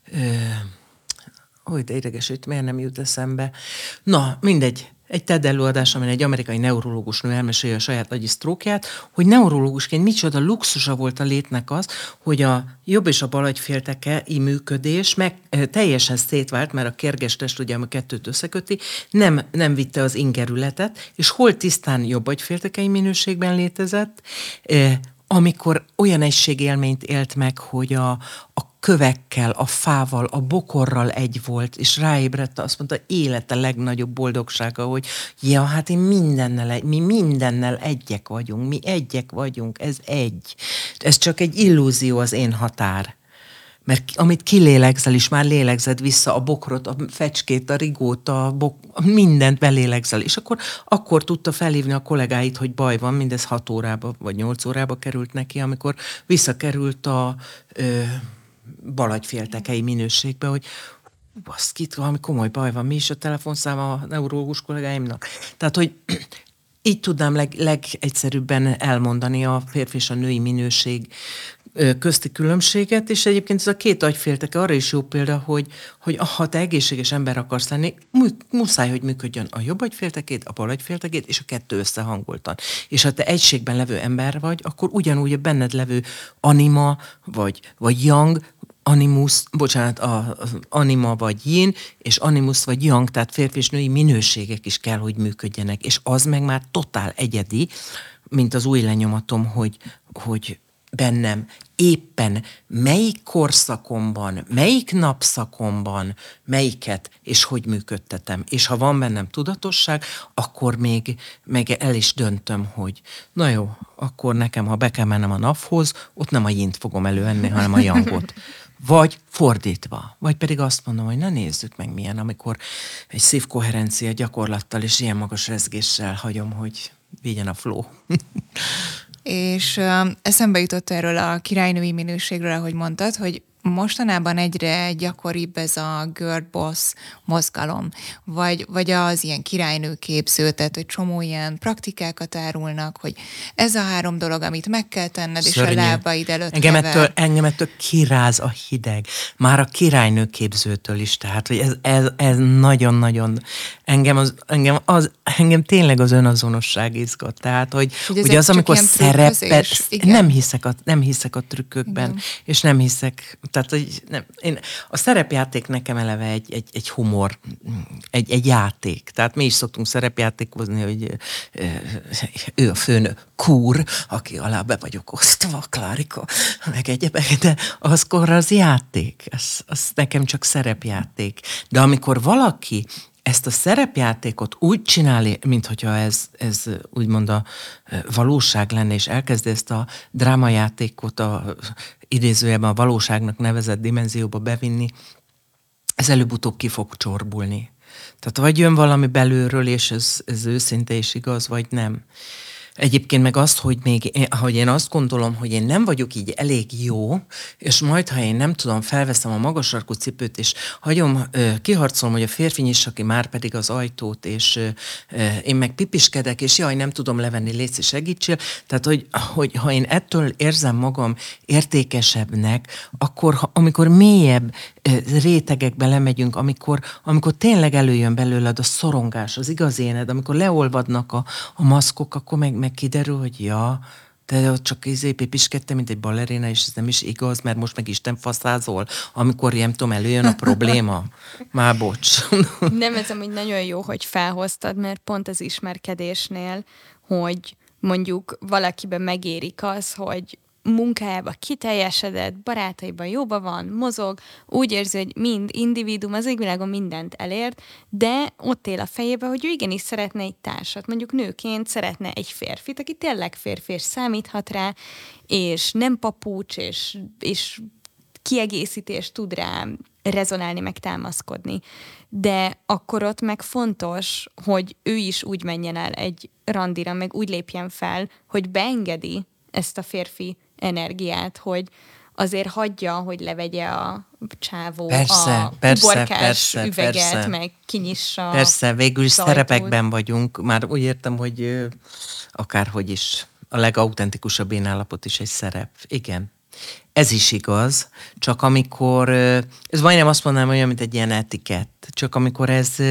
De idegesít, miért nem jut eszembe? Na, mindegy. Egy TED előadás, amin egy amerikai neurológus nő elmeséli a saját agyi sztrókját, hogy neurológusként micsoda luxusa volt a létnek az, hogy a jobb és a bal agyféltekei működés teljesen szétvált, mert a kérgestest, ugye, ami kettőt összeköti, nem vitte az ingerületet, és hol tisztán jobb agyféltekei minőségben létezett, amikor olyan egységélményt élt meg, hogy a kövekkel, a fával, a bokorral egy volt, és ráébredt, azt mondta, élete legnagyobb boldogsága, hogy hát mi mindennel egyek vagyunk, ez egy. Ez csak egy illúzió, az én határ. Mert amit kilélegzel is, már lélegzed vissza a bokrot, a fecskét, a rigót, mindent belélegzel. És akkor tudta felhívni a kollégáit, hogy baj van, mindez 6 órába vagy 8 órába került neki, amikor visszakerült a balagyféltekei minőségbe, hogy baszkit, valami komoly baj van, mi is a telefonszáma a neurológus kollégáimnak. Tehát, hogy így tudnám legegyszerűbben elmondani a férfi és a női minőség közti különbséget, és egyébként ez a két agyfélteke arra is jó példa, hogy ha te egészséges ember akarsz lenni, muszáj, hogy működjön a jobb agyféltekét, a bal agyféltekét, és a kettő összehangoltan. És ha te egységben levő ember vagy, akkor ugyanúgy a benned levő anima, vagy yang, anima vagy yin, és animus vagy yang, tehát férfi és női minőségek is kell, hogy működjenek. És az meg már totál egyedi, mint az új lenyomatom, hogy bennem éppen melyik korszakomban, melyik napszakomban, melyiket és hogy működtetem. És ha van bennem tudatosság, akkor még el is döntöm, hogy na jó, akkor nekem, ha be kell mennem a naphoz, ott nem a yint fogom elővenni, hanem a yangot. Vagy fordítva. Vagy pedig azt mondom, hogy na nézzük meg milyen, amikor egy szívkoherencia gyakorlattal és ilyen magas rezgéssel hagyom, hogy vigyen a flow. És eszembe jutott erről a királynői minőségről, ahogy mondtad, hogy mostanában egyre gyakoribb ez a girl boss mozgalom, vagy az ilyen királynőképző, tehát hogy csomó ilyen praktikákat árulnak, hogy ez a 3 dolog, amit meg kell tenned, szörnyű. És a lábaid előtt engem ettől kiráz a hideg. Már a királynőképzőtől is, tehát hogy ez nagyon-nagyon engem tényleg az önazonosság izgat. Tehát, hogy ugye az, amikor szerepet, nem hiszek a trükkökben, igen. És nem hiszek. Tehát, hogy a szerepjáték nekem eleve egy humor, egy játék. Tehát mi is szoktunk szerepjátékozni, hogy ő a főnök Kúr, aki alá be vagyok osztva, Klárika, meg egyebek, de az játék. Az nekem csak szerepjáték. De amikor valaki ezt a szerepjátékot úgy csinálni, minthogyha ez úgymond a valóság lenne, és elkezdi ezt a drámajátékot a idézőjelben a valóságnak nevezett dimenzióba bevinni, ez előbb-utóbb ki fog csorbulni. Tehát vagy jön valami belülről, és ez őszinte és igaz, vagy nem. Egyébként meg azt, hogy én azt gondolom, hogy én nem vagyok így elég jó, és majd, ha én nem tudom, felveszem a magas sarkú cipőt, és kiharcolom, hogy a férfi nyissa ki már pedig az ajtót, és én meg pipiskedek, és jaj, nem tudom levenni, légy, segítsél. Tehát, hogy ha én ettől érzem magam értékesebbnek, akkor amikor mélyebb rétegekbe lemegyünk, amikor tényleg előjön belőled a szorongás, az igazi éned, amikor leolvadnak a maszkok, akkor meg kiderül, hogy de ott csak pipiskedtem, mint egy ballerina, és ez nem is igaz, mert most meg Isten faszázol, amikor nem tudom, előjön a probléma. Már bocs. Nem, ez amúgy nagyon jó, hogy felhoztad, mert pont az ismerkedésnél, hogy mondjuk valakiben megérik az, hogy munkájában kiteljesedett, barátaiban jóban van, mozog, úgy érzi, hogy mind individuum az égvilágon mindent elért, de ott él a fejében, hogy ő igenis szeretne egy társat. Mondjuk nőként szeretne egy férfit, aki tényleg férfi, és számíthat rá, és nem papucs, és kiegészítést tud rá rezonálni, meg támaszkodni. De akkor ott meg fontos, hogy ő is úgy menjen el egy randira, meg úgy lépjen fel, hogy beengedi ezt a férfi energiát, hogy azért hagyja, hogy levegye a csávó a uborkás üveget, meg kinyissa. Persze, végül is szerepekben vagyunk. Már úgy értem, hogy akárhogy is a legautentikusabb én állapot is egy szerep. Igen. Ez is igaz, csak amikor, ez majdnem azt mondanám, olyan, mint egy ilyen etikett, csak amikor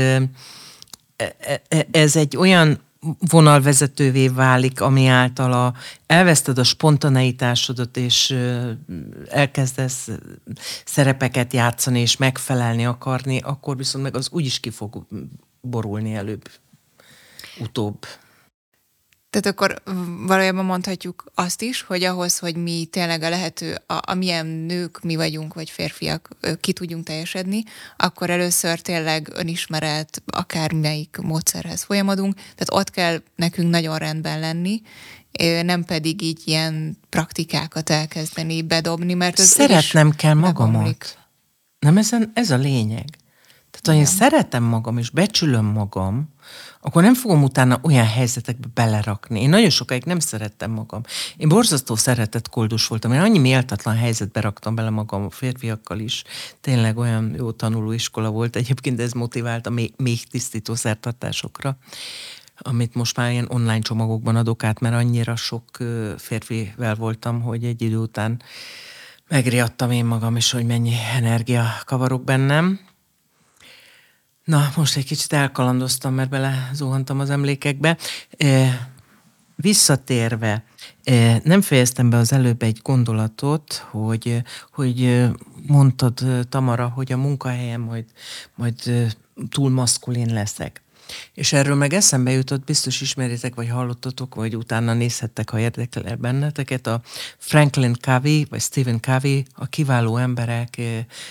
ez egy olyan vonalvezetővé válik, ami által elveszted a spontaneitásodat, és elkezdesz szerepeket játszani, és megfelelni akarni, akkor viszont meg az úgyis ki fog borulni előbb, utóbb. Tehát akkor valójában mondhatjuk azt is, hogy ahhoz, hogy mi tényleg a lehető, amilyen nők mi vagyunk, vagy férfiak ki tudjunk teljesedni, akkor először tényleg önismeret, akármelyik módszerhez folyamodunk, tehát ott kell nekünk nagyon rendben lenni, nem pedig így ilyen praktikákat elkezdeni, bedobni, mert az szeretnem kell magamat. Nem ez a lényeg. Tehát, ha én szeretem magam, és becsülöm magam, akkor nem fogom utána olyan helyzetekbe belerakni. Én nagyon sokáig nem szerettem magam. Én borzasztó szeretetkoldus voltam. Én annyi méltatlan helyzetbe raktam bele magam a férfiakkal is. Tényleg olyan jó tanulóiskola volt. Egyébként ez motivált a még tisztító szertartásokra, amit most már ilyen online csomagokban adok át, mert annyira sok férfivel voltam, hogy egy idő után megriadtam én magam is, hogy mennyi energia kavarok bennem. Na, most egy kicsit elkalandoztam, mert belezuhantam az emlékekbe. Visszatérve, nem fejeztem be az előbb egy gondolatot, hogy mondtad, Tamara, hogy a munkahelyen majd túl maszkulin leszek. És erről meg eszembe jutott, biztos ismeritek, vagy hallottatok, vagy utána nézhettek, ha érdekel benneteket, a Franklin Covey, vagy Stephen Covey, a Kiváló emberek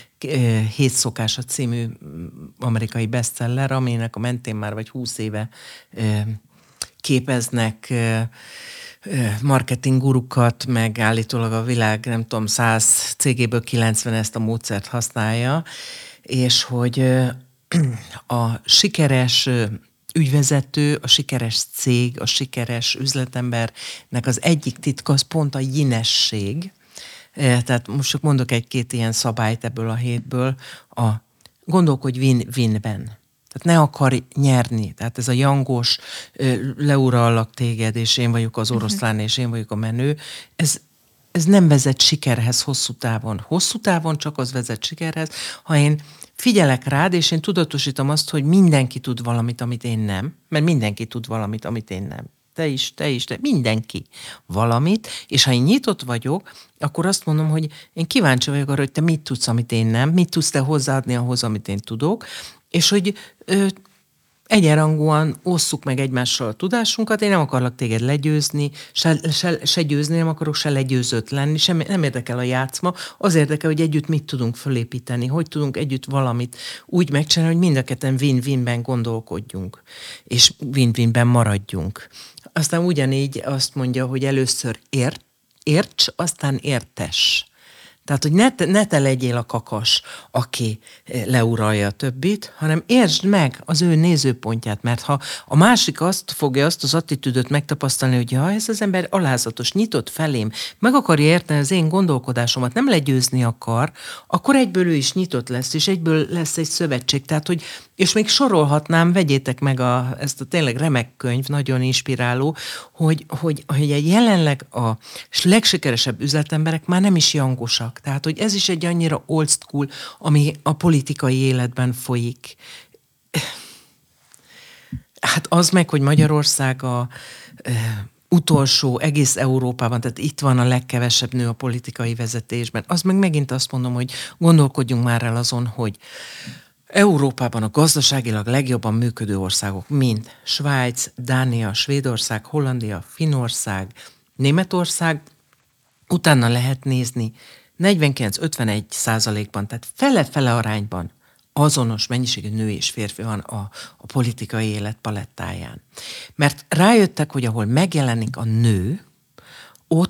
7 szokása című amerikai bestseller, aminek a mentén már vagy 20 éve képeznek marketing gurukat, meg állítólag a világ, nem tudom, 100 cégéből 90 ezt a módszert használja, és hogy a sikeres ügyvezető, a sikeres cég, a sikeres üzletembernek az egyik titka az pont a yinesség. Tehát most csak mondok egy-két ilyen szabályt ebből a 7-ből. Gondolkodj win-winben. Tehát ne akarj nyerni. Tehát ez a jangos, leurallak téged, és én vagyok az oroszlán, és én vagyok a menő. Ez nem vezet sikerhez hosszú távon. Hosszú távon csak az vezet sikerhez, ha én figyelek rád, és én tudatosítom azt, hogy mindenki tud valamit, amit én nem, mert mindenki tud valamit, amit én nem. Te is, mindenki valamit, és ha én nyitott vagyok, akkor azt mondom, hogy én kíváncsi vagyok arra, hogy te mit tudsz, amit én nem, mit tudsz te hozzáadni ahhoz, amit én tudok, és hogy egyenrangúan osszuk meg egymással a tudásunkat, én nem akarlak téged legyőzni, se győzni, nem akarok se legyőzött lenni, nem érdekel a játszma, az érdekel, hogy együtt mit tudunk fölépíteni, hogy tudunk együtt valamit úgy megcsinálni, hogy mind a ketten win-winben gondolkodjunk, és win-winben maradjunk. Aztán ugyanígy azt mondja, hogy először érts, aztán értes. Tehát, hogy ne te legyél a kakas, aki leuralja a többit, hanem értsd meg az ő nézőpontját, mert ha a másik azt fogja azt az attitűdöt megtapasztalni, hogy ja, ez az ember alázatos, nyitott felém, meg akarja érteni az én gondolkodásomat, nem legyőzni akar, akkor egyből ő is nyitott lesz, és egyből lesz egy szövetség. Tehát, hogy, és még sorolhatnám, vegyétek meg ezt a tényleg remek könyv, nagyon inspiráló, hogy jelenleg a legsikeresebb üzletemberek már nem is jangosak. Tehát, hogy ez is egy annyira old school, ami a politikai életben folyik. Hát az meg, hogy Magyarország a utolsó egész Európában, tehát itt van a legkevesebb nő a politikai vezetésben. Az meg megint azt mondom, hogy gondolkodjunk már el azon, hogy Európában a gazdaságilag legjobban működő országok, mint Svájc, Dánia, Svédország, Hollandia, Finnország, Németország, utána lehet nézni 49-51%-ban, tehát fele-fele arányban azonos mennyiségű nő és férfi van a politikai élet palettáján. Mert rájöttek, hogy ahol megjelenik a nő, ott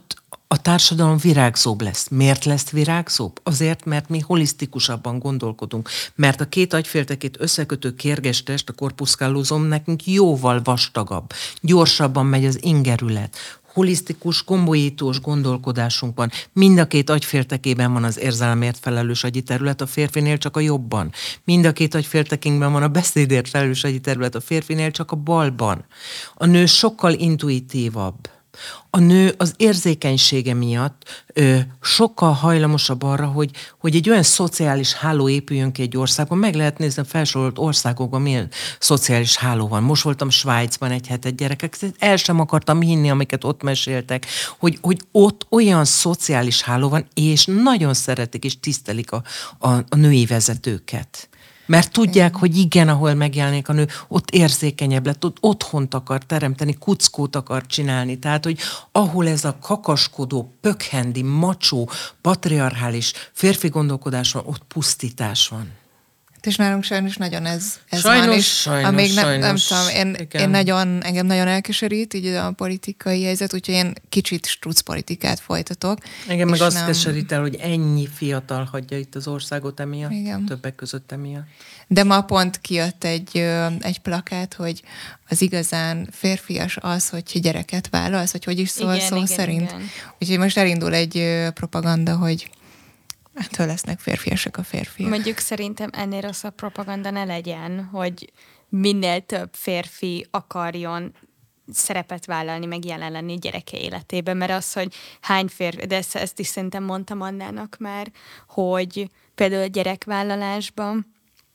a társadalom virágzóbb lesz. Miért lesz virágzóbb? Azért, mert mi holisztikusabban gondolkodunk. Mert a két agyféltekét összekötő kérges test, a corpus callosum nekünk jóval vastagabb. Gyorsabban megy az ingerület. Holisztikus, gombolyítós gondolkodásunkban. Mind a két agyféltekében van az érzelemért felelős agyi terület, a férfinél csak a jobban. Mind a két agyféltekünkben van a beszédért felelős agyi terület, a férfinél csak a balban. A nő sokkal intuitívabb. A nő az érzékenysége miatt sokkal hajlamosabb arra, hogy egy olyan szociális háló épüljön ki egy országban. Meg lehet nézni a felsorolt országokban, milyen szociális háló van. Most voltam Svájcban egy hetet, gyerekek, el sem akartam hinni, amiket ott meséltek, hogy ott olyan szociális háló van, és nagyon szeretik és tisztelik a női vezetőket. Mert tudják, hogy igen, ahol megjelenik a nő, ott érzékenyebb lett, ott otthont akar teremteni, kuckót akar csinálni. Tehát, hogy ahol ez a kakaskodó, pökhendi, macsó, patriarchális férfi gondolkodás van, ott pusztítás van. És nálunk sajnos nagyon ez sajnos, van. És sajnos, amíg sajnos. nem tudom, engem nagyon elkeserít így a politikai helyzet, úgyhogy én kicsit struc politikát folytatok. Engem meg azt keserít el, hogy ennyi fiatal hagyja itt az országot emiatt, igen. Többek között emiatt. De ma pont kijött egy plakát, hogy az igazán férfias az, hogy gyereket vállalsz, hogy is szól szó szerint. Igen. Úgyhogy most elindul egy propaganda, hogy ettől lesznek férfiasak a férfiak. Mondjuk szerintem ennél rosszabb propaganda ne legyen, hogy minél több férfi akarjon szerepet vállalni, meg jelen lenni gyereke életében, mert az, hogy hány férfi, de ezt is szerintem mondtam Annának már, hogy például a gyerekvállalásban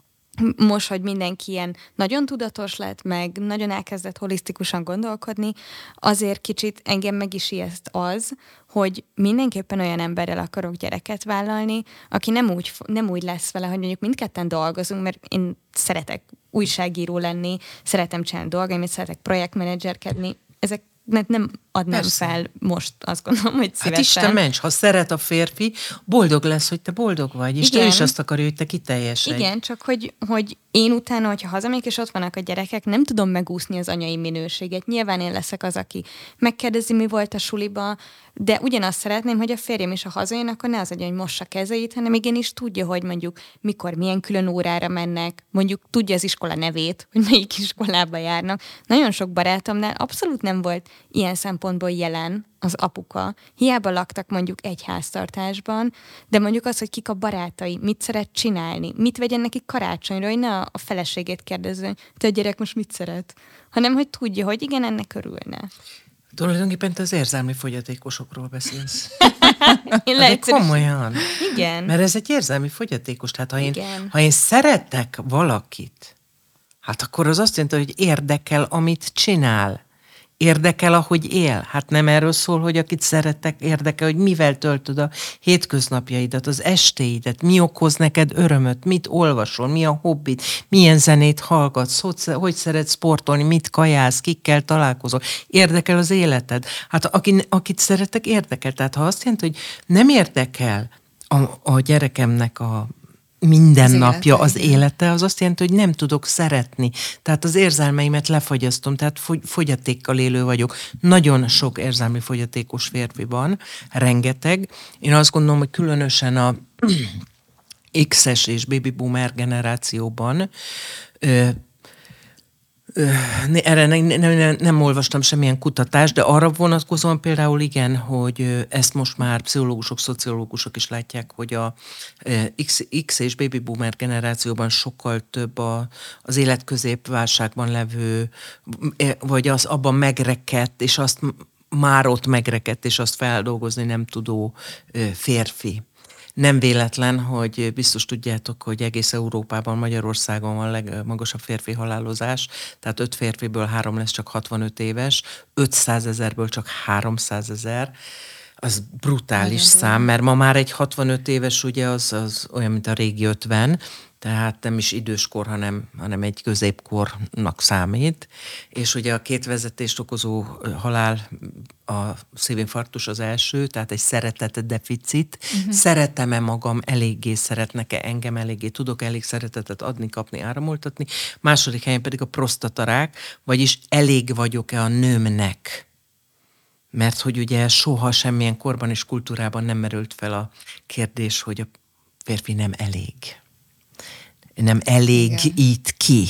most, hogy mindenki ilyen nagyon tudatos lett, meg nagyon elkezdett holisztikusan gondolkodni, azért kicsit engem meg is ijeszt az, hogy mindenképpen olyan emberrel akarok gyereket vállalni, aki nem úgy lesz vele, hogy mondjuk mindketten dolgozunk, mert én szeretek újságíró lenni, szeretem csinálni dolgaimat, szeretek projektmenedzserkedni, ezek nem adnám persze fel most, azt gondolom, hogy szívesen. Hát Isten ments, ha szeret a férfi, boldog lesz, hogy te boldog vagy, és ő is azt akarja, hogy te kiteljesedj. Igen, csak hogy én utána, hogyha hazamegyek, és ott vannak a gyerekek, nem tudom megúszni az anyai minőséget. Nyilván én leszek az, aki megkérdezi, mi volt a suliba, de ugyanazt szeretném, hogy a férjem is, ha hazajön, akkor ne az adja, hogy mossa kezeit, hanem igenis tudja, hogy mondjuk mikor, milyen külön órára mennek, mondjuk tudja az iskola nevét, hogy melyik iskolába járnak. Nagyon sok barátomnál abszolút nem volt ilyen szempontból jelen az apuka. Hiába laktak mondjuk egy háztartásban, de mondjuk az, hogy kik a barátai, mit szeret csinálni, mit vegyen neki karácsonyra, hogy ne a feleségét kérdezzen, hogy te a gyerek most mit szeret, hanem hogy tudja, hogy igen, ennek örülne. Tulajdonképpen te az érzelmi fogyatékosokról beszélsz. De komolyan. Igen. Mert ez egy érzelmi fogyatékos. Tehát ha én szeretek valakit, hát akkor az azt jelenti, hogy érdekel, amit csinál. Érdekel, ahogy él. Hát nem erről szól, hogy akit szeretek, érdekel, hogy mivel töltöd a hétköznapjaidat, az estéidet, mi okoz neked örömöt, mit olvasol, mi a hobbid, milyen zenét hallgatsz, hogy szeretsz sportolni, mit kajálsz, kikkel találkozol. Érdekel az életed. Hát akit szeretek, érdekel. Tehát ha azt jelenti, hogy nem érdekel a gyerekemnek a mindennapja, az élete, az azt jelenti, hogy nem tudok szeretni. Tehát az érzelmeimet lefagyasztom, tehát fogyatékkal élő vagyok. Nagyon sok érzelmi fogyatékos férfi van, rengeteg. Én azt gondolom, hogy különösen a X-es és baby boomer generációban erre nem olvastam semmilyen kutatást, de arra vonatkozóan például igen, hogy ezt most már pszichológusok, szociológusok is látják, hogy a X és baby boomer generációban sokkal több az életközépválságban levő, vagy az abban megrekedt, és azt már ott megrekedt, és azt feldolgozni nem tudó férfi. Nem véletlen, hogy biztos tudjátok, hogy egész Európában, Magyarországon van a legmagasabb férfi halálozás, tehát 5 férfiből 3 lesz csak 65 éves, 500 000-ből csak 300 000. Az brutális szám, mert ma már egy 65 éves, ugye az olyan, mint a régi 50, tehát nem is időskor, hanem egy középkornak számít. És ugye a 2 vezetést okozó halál, a szívinfarktus az első, tehát egy szeretetdeficit. Szeretem-e magam, eléggé szeretnek-e engem, eléggé tudok elég szeretetet adni, kapni, áramoltatni. Második helyen pedig a prostatarák, vagyis elég vagyok-e a nőmnek. mert hogy ugye soha semmilyen korban és kultúrában nem merült fel a kérdés, hogy a férfi nem elég. Nem elégít ki.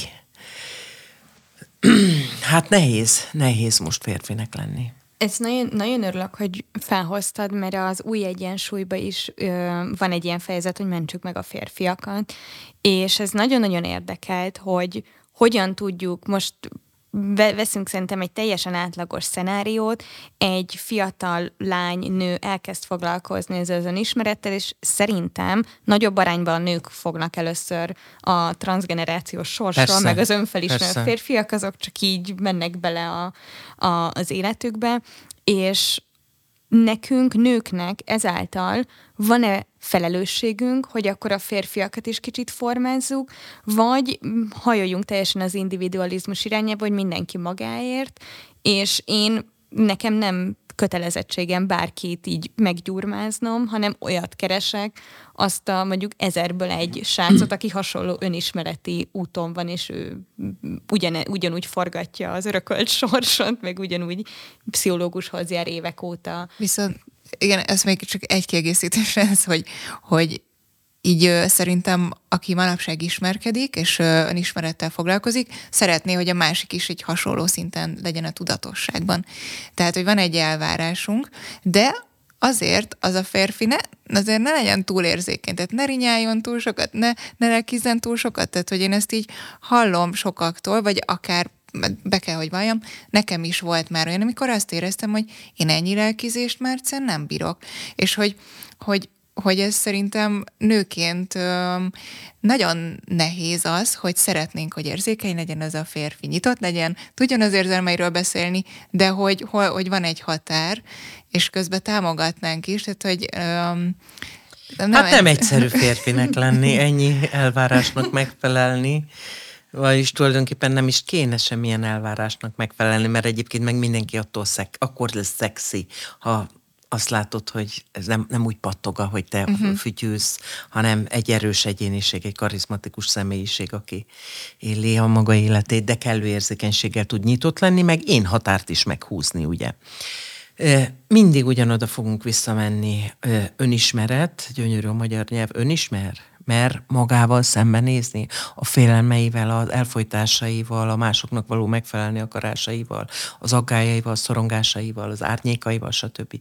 Hát nehéz most férfinek lenni. Ez nagyon, nagyon örülök, hogy felhoztad, mert az új egyensúlyban is van egy ilyen fejezet, hogy mentsük meg a férfiakat, és ez nagyon-nagyon érdekelt, hogy hogyan tudjuk, most veszünk szerintem egy teljesen átlagos szenáriót, egy fiatal lány, nő elkezd foglalkozni az önismerettel, és szerintem nagyobb arányban a nők fognak először a transzgenerációs sorsról, persze, meg az önfelismert férfiak, azok csak így mennek bele az életükbe, és nekünk, nőknek ezáltal van-e felelősségünk, hogy akkor a férfiakat is kicsit formázzuk, vagy hajoljunk teljesen az individualizmus irányába, hogy mindenki magáért, és nekem nem kötelezettségem bárkit így meggyurmáznom, hanem olyat keresek, azt a mondjuk 1000-ből egy srácot, aki hasonló önismereti úton van, és ő ugyanúgy forgatja az örökölt sorsot, meg ugyanúgy pszichológushoz jár évek óta. Viszont igen, ez még csak egy kiegészítés ez, hogy így szerintem, aki manapság ismerkedik, és önismerettel foglalkozik, szeretné, hogy a másik is egy hasonló szinten legyen a tudatosságban. Tehát, hogy van egy elvárásunk, de azért az a férfi azért ne legyen túl érzékeny, tehát ne rinyáljon túl sokat, ne lelkizzen túl sokat, tehát, hogy én ezt így hallom sokaktól, vagy akár be kell, hogy valljam, nekem is volt már olyan, amikor azt éreztem, hogy én ennyi lelkizést már egyszerűen nem bírok. És hogy ez szerintem nőként nagyon nehéz az, hogy szeretnénk, hogy érzékeny legyen az a férfi, nyitott legyen, tudjon az érzelmeiről beszélni, de hogy van egy határ, és közben támogatnánk is, tehát hogy nem egyszerű férfinek lenni, ennyi elvárásnak megfelelni, vagyis tulajdonképpen nem is kéne semmilyen elvárásnak megfelelni, mert egyébként meg mindenki attól akkor lesz szexi, ha azt látod, hogy ez nem úgy pattog, ahogy te fütyülsz, hanem egy erős egyéniség, egy karizmatikus személyiség, aki éli a maga életét, de kellő érzékenységgel tud nyitott lenni, meg én határt is meghúzni, ugye. Mindig ugyanoda fogunk visszamenni. Önismeret, gyönyörű a magyar nyelv, önismer, mer magával szembenézni, a félelmeivel, az elfojtásaival, a másoknak való megfelelni akarásaival, az aggályaival, a szorongásaival, az árnyékaival, stb.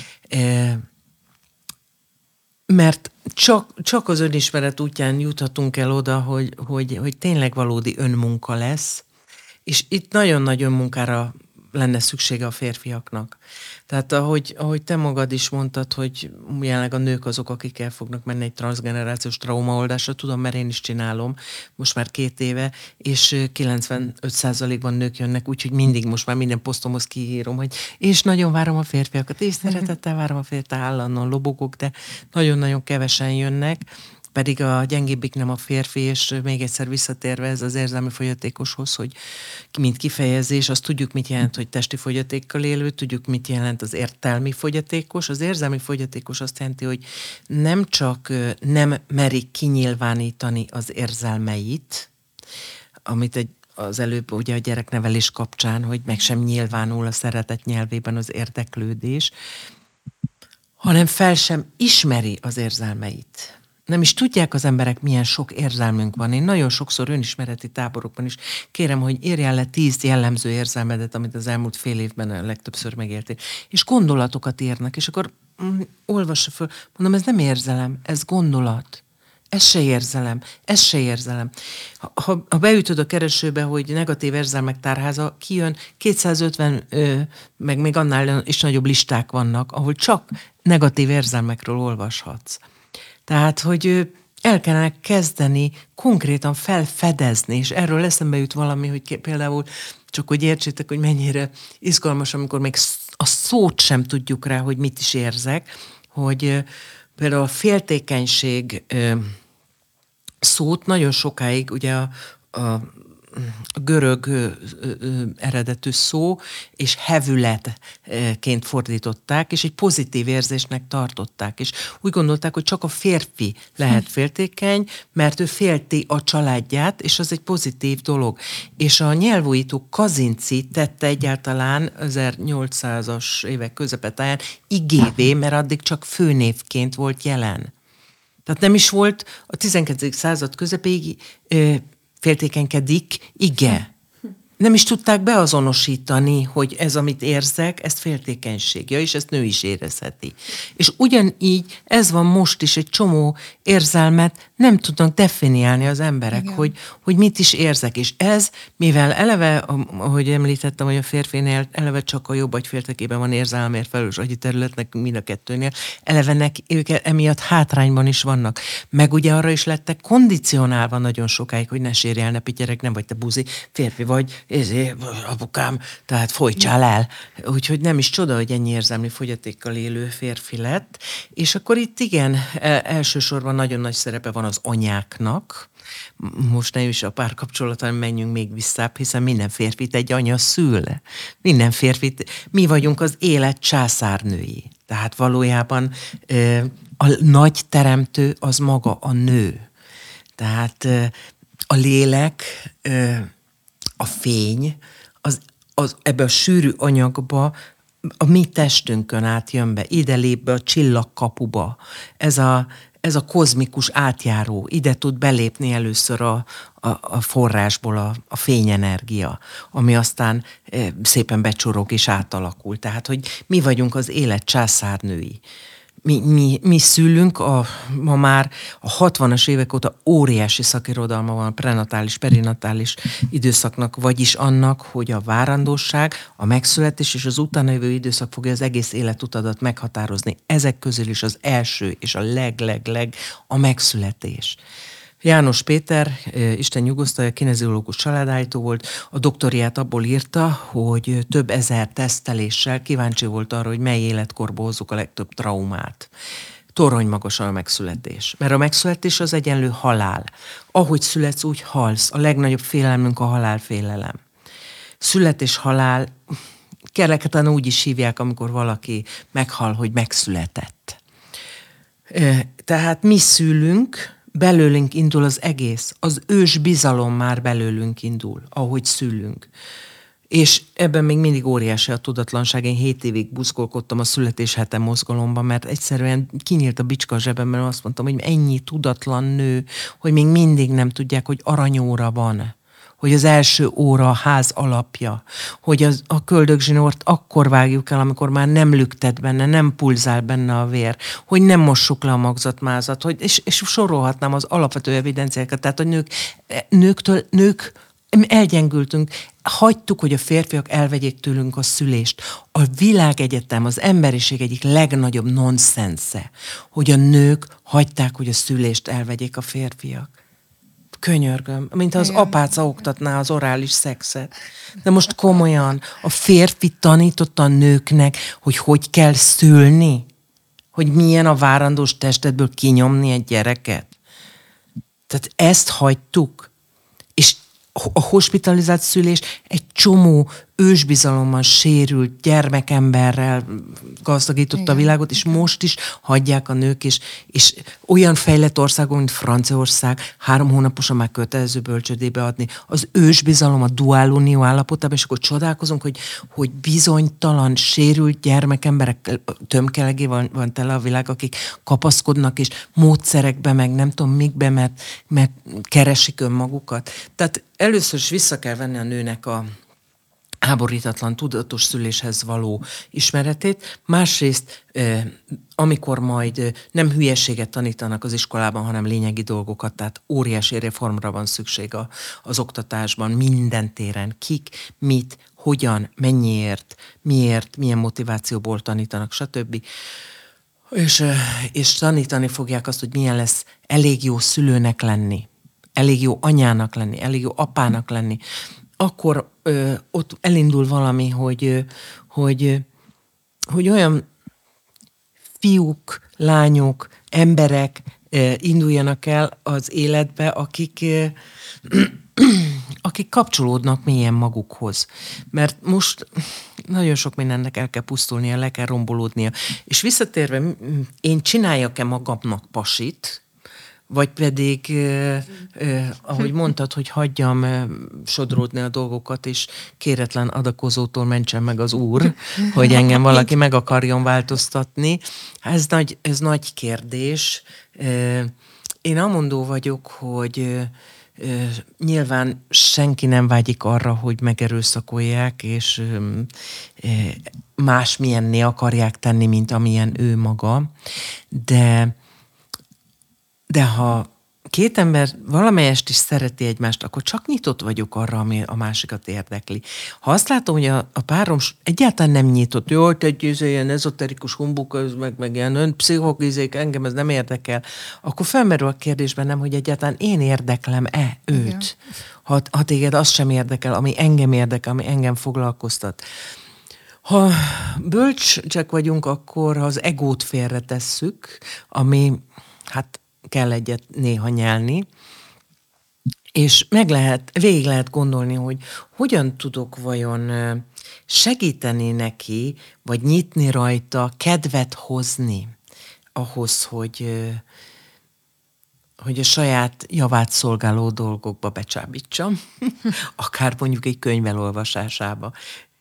Mert csak az önismeret útján juthatunk el oda, hogy tényleg valódi önmunka lesz, és itt nagyon-nagyon munkára lenne szüksége a férfiaknak. Tehát ahogy te magad is mondtad, hogy jelenleg a nők azok, akik el fognak menni egy transzgenerációs traumaoldásra, tudom, mert én is csinálom, most már 2 éve, és 95%-ban nők jönnek, úgyhogy mindig most már minden posztomhoz kiírom, hogy és nagyon várom a férfiakat, és szeretettel várom a férfiakat, állandóan lobogok, de nagyon-nagyon kevesen jönnek, pedig a gyengébbik nem a férfi, és még egyszer visszatérve ez az érzelmi fogyatékoshoz, hogy mint kifejezés, azt tudjuk, mit jelent, hogy testi fogyatékkal élő, tudjuk, mit jelent az értelmi fogyatékos. Az érzelmi fogyatékos azt jelenti, hogy nem csak nem merik kinyilvánítani az érzelmeit, amit az előbb ugye a gyereknevelés kapcsán, hogy meg sem nyilvánul a szeretet nyelvében az érdeklődés, hanem fel sem ismeri az érzelmeit. Nem is tudják az emberek, milyen sok érzelmünk van. Én nagyon sokszor önismereti táborokban is kérem, hogy írjál le 10 jellemző érzelmedet, amit az elmúlt fél évben a legtöbbször megértél. És gondolatokat írnak, és akkor olvassa föl. Mondom, ez nem érzelem, ez gondolat. Ez se érzelem. Ha beütöd a keresőbe, hogy negatív érzelmek tárháza, kijön 250, meg még annál is nagyobb listák vannak, ahol csak negatív érzelmekről olvashatsz. Tehát, hogy el kellene kezdeni konkrétan felfedezni, és erről eszembe jut valami, hogy például, csak hogy értsétek, hogy mennyire izgalmas, amikor még a szót sem tudjuk rá, hogy mit is érzek, hogy például a féltékenység szót nagyon sokáig ugye a görög eredetű szó, és hevületként fordították, és egy pozitív érzésnek tartották. És úgy gondolták, hogy csak a férfi lehet féltékeny, mert ő félti a családját, és az egy pozitív dolog. És a nyelvújító Kazinczy tette egyáltalán 1800-as évek közepetáján igévé, mert addig csak főnévként volt jelen. Tehát nem is volt a 12. század közepéig féltékenykedik, ige. Nem is tudták beazonosítani, hogy ez, amit érzek, ez féltékenység. Ja, és ezt nő is érezheti. És ugyanígy ez van most is, egy csomó érzelmet nem tudnak definiálni az emberek, hogy mit is érzek. És ez, mivel eleve, ahogy említettem, hogy a férfinél eleve csak a jobb agyféltekében van érzelmért felelős agyi terület, nekünk mind a kettőnél, eleve ők emiatt hátrányban is vannak. Meg ugye arra is lettek kondicionálva nagyon sokáig, hogy ne sérj el, ne pityerek, nem vagy te buzi, férfi vagy, apukám, tehát folytsál el. Úgyhogy nem is csoda, hogy ennyi érzelmi fogyatékkal élő férfi lett. És akkor itt igen, elsősorban nagyon nagy szerepe van az anyáknak. Most ne is a párkapcsolatban menjünk még visszább, hiszen minden férfit egy anya szül. Minden férfit, mi vagyunk az élet császárnői. Tehát valójában a nagy teremtő az maga a nő. Tehát a lélek, a fény, ebbe a sűrű anyagba a mi testünkön át jön be, ide lép be a csillagkapuba. Ez a kozmikus átjáró, ide tud belépni először a forrásból a fényenergia, ami aztán szépen becsorog és átalakul. Tehát, hogy mi vagyunk az élet császárnői. Mi szülünk, ma már a 60-as évek óta óriási szakirodalma van a prenatális, perinatális időszaknak, vagyis annak, hogy a várandóság, a megszületés és az utána jövő időszak fogja az egész életutadat meghatározni. Ezek közül is az első és a leg a megszületés. János Péter, Isten nyugosztalja, kineziológus családállító volt, a doktoriát abból írta, hogy több ezer teszteléssel kíváncsi volt arra, hogy mely életkorba hozzuk a legtöbb traumát. Torony magasan a megszületés. Mert a megszületés az egyenlő halál. Ahogy születsz, úgy halsz. A legnagyobb félelmünk a halálfélelem. Születés, halál, kereken úgy is hívják, amikor valaki meghal, hogy megszületett. Tehát mi szülünk, belőlünk indul az egész. Az ős bizalom már belőlünk indul, ahogy szülünk. És ebben még mindig óriási a tudatlanság. Én 7 évig buzgolkodtam a születéshete mozgalomban, mert egyszerűen kinyílt a bicska a zsebemben, azt mondtam, hogy ennyi tudatlan nő, hogy még mindig nem tudják, hogy aranyóra van, hogy az első óra a ház alapja, hogy a köldögzsinort akkor vágjuk el, amikor már nem lüktet benne, nem pulzál benne a vér, hogy nem mossuk le a magzatmázat, és sorolhatnám az alapvető evidenciákat, tehát a nők elgyengültünk, hagytuk, hogy a férfiak elvegyék tőlünk a szülést. A világegyetem, az emberiség egyik legnagyobb nonszensze, hogy a nők hagyták, hogy a szülést elvegyék a férfiak. Könyörgöm, mint az apáca oktatná az orális szexet. De most komolyan, a férfi tanította a nőknek, hogy kell szülni? Hogy milyen a várandós testedből kinyomni egy gyereket? Tehát ezt hagytuk. És a hospitalizált szülés egy csomó ősbizalommal sérült gyermekemberrel gazdagította a világot, és most is hagyják a nők, és olyan fejlett országok, mint Franciaország 3 hónaposan már kötelező bölcsődébe adni. Az ősbizalom a duálunió állapotában, és akkor csodálkozunk, hogy bizonytalan, sérült gyermekemberek tömkelegé van tele a világ, akik kapaszkodnak, és módszerekbe, meg nem tudom mikbe, mert keresik önmagukat. Tehát először is vissza kell venni a nőnek a háborítatlan, tudatos szüléshez való ismeretét. Másrészt, amikor majd nem hülyeséget tanítanak az iskolában, hanem lényegi dolgokat, tehát óriási reformra van szükség az oktatásban, minden téren. Kik, mit, hogyan, mennyiért, miért, milyen motivációból tanítanak, stb. És tanítani fogják azt, hogy milyen lesz elég jó szülőnek lenni, elég jó anyának lenni, elég jó apának lenni. Akkor ott elindul valami, hogy olyan fiúk, lányok, emberek induljanak el az életbe, akik kapcsolódnak mélyen magukhoz. Mert most nagyon sok mindennek el kell pusztulnia, le kell rombolódnia. És visszatérve, én csináljak-e magamnak pasit, vagy pedig, ahogy mondtad, hogy hagyjam sodródni a dolgokat, és kéretlen adakozótól mentsen meg az Úr, hogy engem valaki meg akarjon változtatni. Ez nagy kérdés. Én amondó vagyok, hogy nyilván senki nem vágyik arra, hogy megerőszakolják, és másmilyenné akarják tenni, mint amilyen ő maga. De ha két ember valamelyest is szereti egymást, akkor csak nyitott vagyok arra, ami a másikat érdekli. Ha azt látom, hogy a párom egyáltalán nem nyitott, jó, egy ilyen ezoterikus humbuk, meg ilyen önpszichogizék, engem ez nem érdekel, akkor felmerül a kérdés bennem, hogy egyáltalán én érdeklem-e őt. Ha téged az sem érdekel, ami engem érdekel, ami engem foglalkoztat. Ha bölcsek vagyunk, akkor ha az egót félretesszük, ami kell egyet néha nyelni, és végig lehet gondolni, hogy hogyan tudok vajon segíteni neki, vagy nyitni rajta, kedvet hozni ahhoz, hogy a saját javát szolgáló dolgokba becsábítsam, akár mondjuk egy könyv elolvasásába.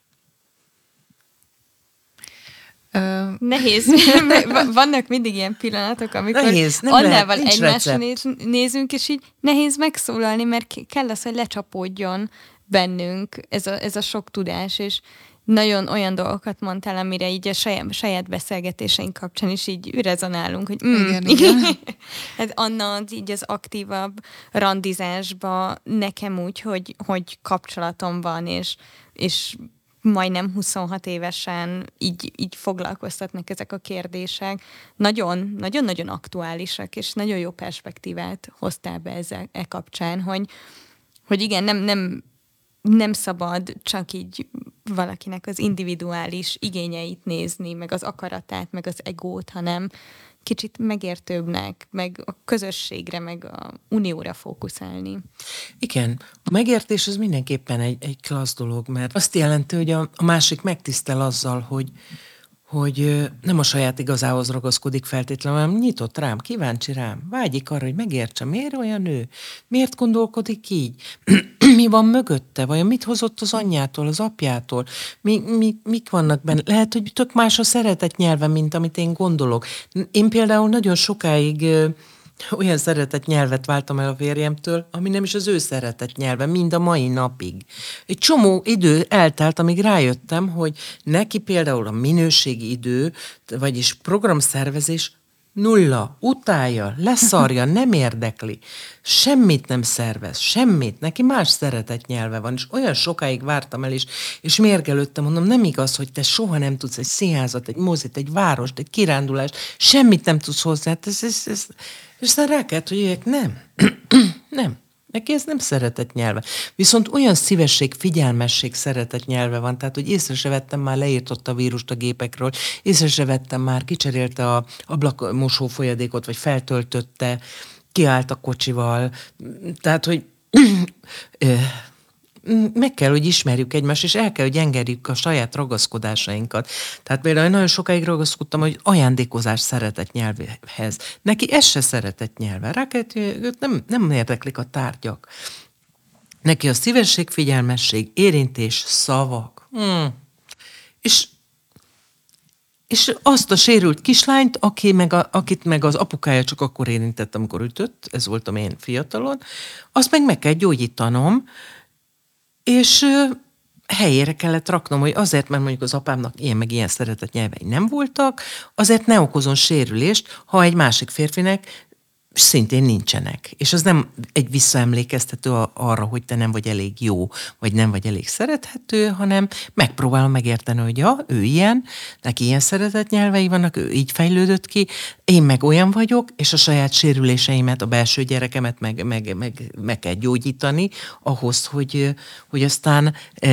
Nehéz. Vannak mindig ilyen pillanatok, amikor Annával egymásra nézünk, és így nehéz megszólalni, mert kell az, hogy lecsapódjon bennünk ez a sok tudás, és nagyon olyan dolgokat mondtál, amire így a saját beszélgetéseink kapcsán is így rezonálunk, hogy igen. Hát Anna így az aktívabb randizásba nekem úgy, hogy kapcsolatom van, és majdnem 26 évesen így foglalkoztatnak ezek a kérdések. Nagyon-nagyon aktuálisak, és nagyon jó perspektívát hoztál be e kapcsán, hogy igen, nem szabad csak így valakinek az individuális igényeit nézni, meg az akaratát, meg az egót, hanem kicsit megértőbbnek, meg a közösségre, meg a unióra fókuszálni. Igen, a megértés az mindenképpen egy klassz dolog, mert azt jelenti, hogy a másik megtisztel azzal, hogy nem a saját igazához ragaszkodik feltétlenül, hanem nyitott rám, kíváncsi rám, vágyik arra, hogy megértse, miért olyan ő, miért gondolkodik így, mi van mögötte, vajon mit hozott az anyjától, az apjától, mik vannak benne. Lehet, hogy tök más a szeretet nyelve, mint amit én gondolok. Én például nagyon sokáig olyan szeretett nyelvet váltam el a férjemtől, ami nem is az ő szeretett nyelve, mind a mai napig. Egy csomó idő eltelt, amíg rájöttem, hogy neki például a minőségi idő, vagyis programszervezés nulla, utálja, leszarja, nem érdekli. Semmit nem szervez, semmit. Neki más szeretett nyelve van, és olyan sokáig vártam el, és mérgelődtem, mondom, nem igaz, hogy te soha nem tudsz egy színházat, egy mozit, egy várost, egy kirándulást, semmit nem tudsz hozzá. És aztán rá kellett, hogy jöjjek, nem. Neki ez nem szeretett nyelve. Viszont olyan szívesség, figyelmesség szeretett nyelve van, tehát, hogy észre se vettem, már leírtott a vírust a gépekről, észre se vettem, már kicserélte a ablakmosó folyadékot, vagy feltöltötte, kiállt a kocsival. Tehát, hogy meg kell, hogy ismerjük egymást, és el kell, hogy engedjük a saját ragaszkodásainkat. Tehát például nagyon sokáig ragaszkodtam, hogy ajándékozás szeretett nyelvhez. Neki ez se szeretett nyelve. Rá kell, őt nem érdeklik a tárgyak. Neki a szívesség, figyelmesség, érintés, szavak. És azt a sérült kislányt, akit meg az apukája csak akkor érintett, amikor ütött, ez voltam én fiatalon, azt meg kell gyógyítanom, és helyére kellett raknom, hogy azért, mert mondjuk az apámnak ilyen meg ilyen szeretett nyelvei nem voltak, azért ne okozon sérülést, ha egy másik férfinek szintén nincsenek. És az nem egy visszaemlékeztető arra, hogy te nem vagy elég jó, vagy nem vagy elég szerethető, hanem megpróbálom megérteni, hogy ja, ő ilyen, neki ilyen szeretett nyelvei vannak, ő így fejlődött ki, én meg olyan vagyok, és a saját sérüléseimet, a belső gyerekemet meg kell gyógyítani ahhoz, hogy aztán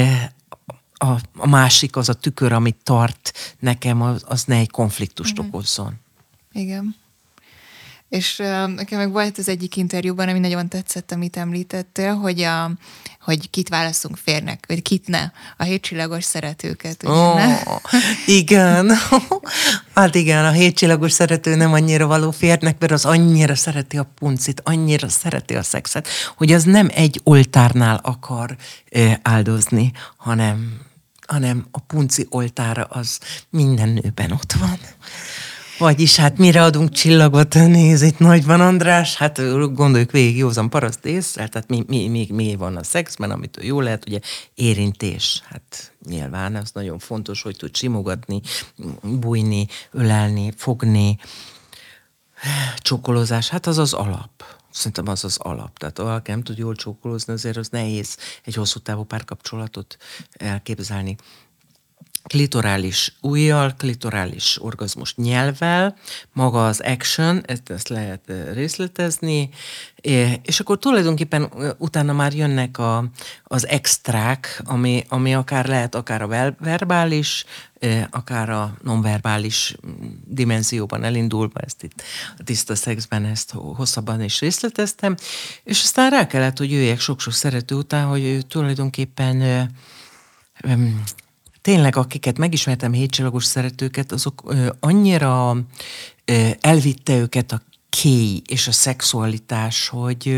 a másik, az a tükör, amit tart nekem, az ne egy konfliktust okozzon. Igen. És nekem meg volt az egyik interjúban, ami nagyon tetszett, amit említettél, hogy kit választunk férnek, vagy kit ne. A 7 csillagos szeretőket. Ugye, igen. Hát igen, a 7 csillagos szerető nem annyira való férnek, mert az annyira szereti a puncit, annyira szereti a szexet, hogy az nem egy oltárnál akar áldozni, hanem a punci oltára az minden nőben ott van. Vagyis hát mire adunk csillagot, nézd, itt nagyban András, hát gondoljuk végig józan paraszt észre, tehát mi van a szexben, amit jó lehet, ugye érintés, hát nyilván ez nagyon fontos, hogy tud simogatni, bújni, ölelni, fogni, csókolózás, hát az az alap. Szerintem az az alap. Tehát ha valaki nem tud jól csókolózni, azért az nehéz egy hosszú távú párkapcsolatot elképzelni. Klitorális ujjal, klitorális orgazmus nyelvvel, maga az action, ezt lehet részletezni, és akkor tulajdonképpen utána már jönnek az extrák, ami akár lehet, akár a verbális, akár a nonverbális dimenzióban elindulva, ezt itt a tiszta szexben ezt hosszabban is részleteztem, és aztán rá kellett, hogy jöjjek sok-sok szerető után, hogy tulajdonképpen tényleg, akiket megismertem, 7 csillagos szeretőket, azok annyira elvitte őket a kéj és a szexualitás, hogy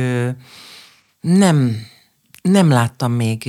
nem láttam még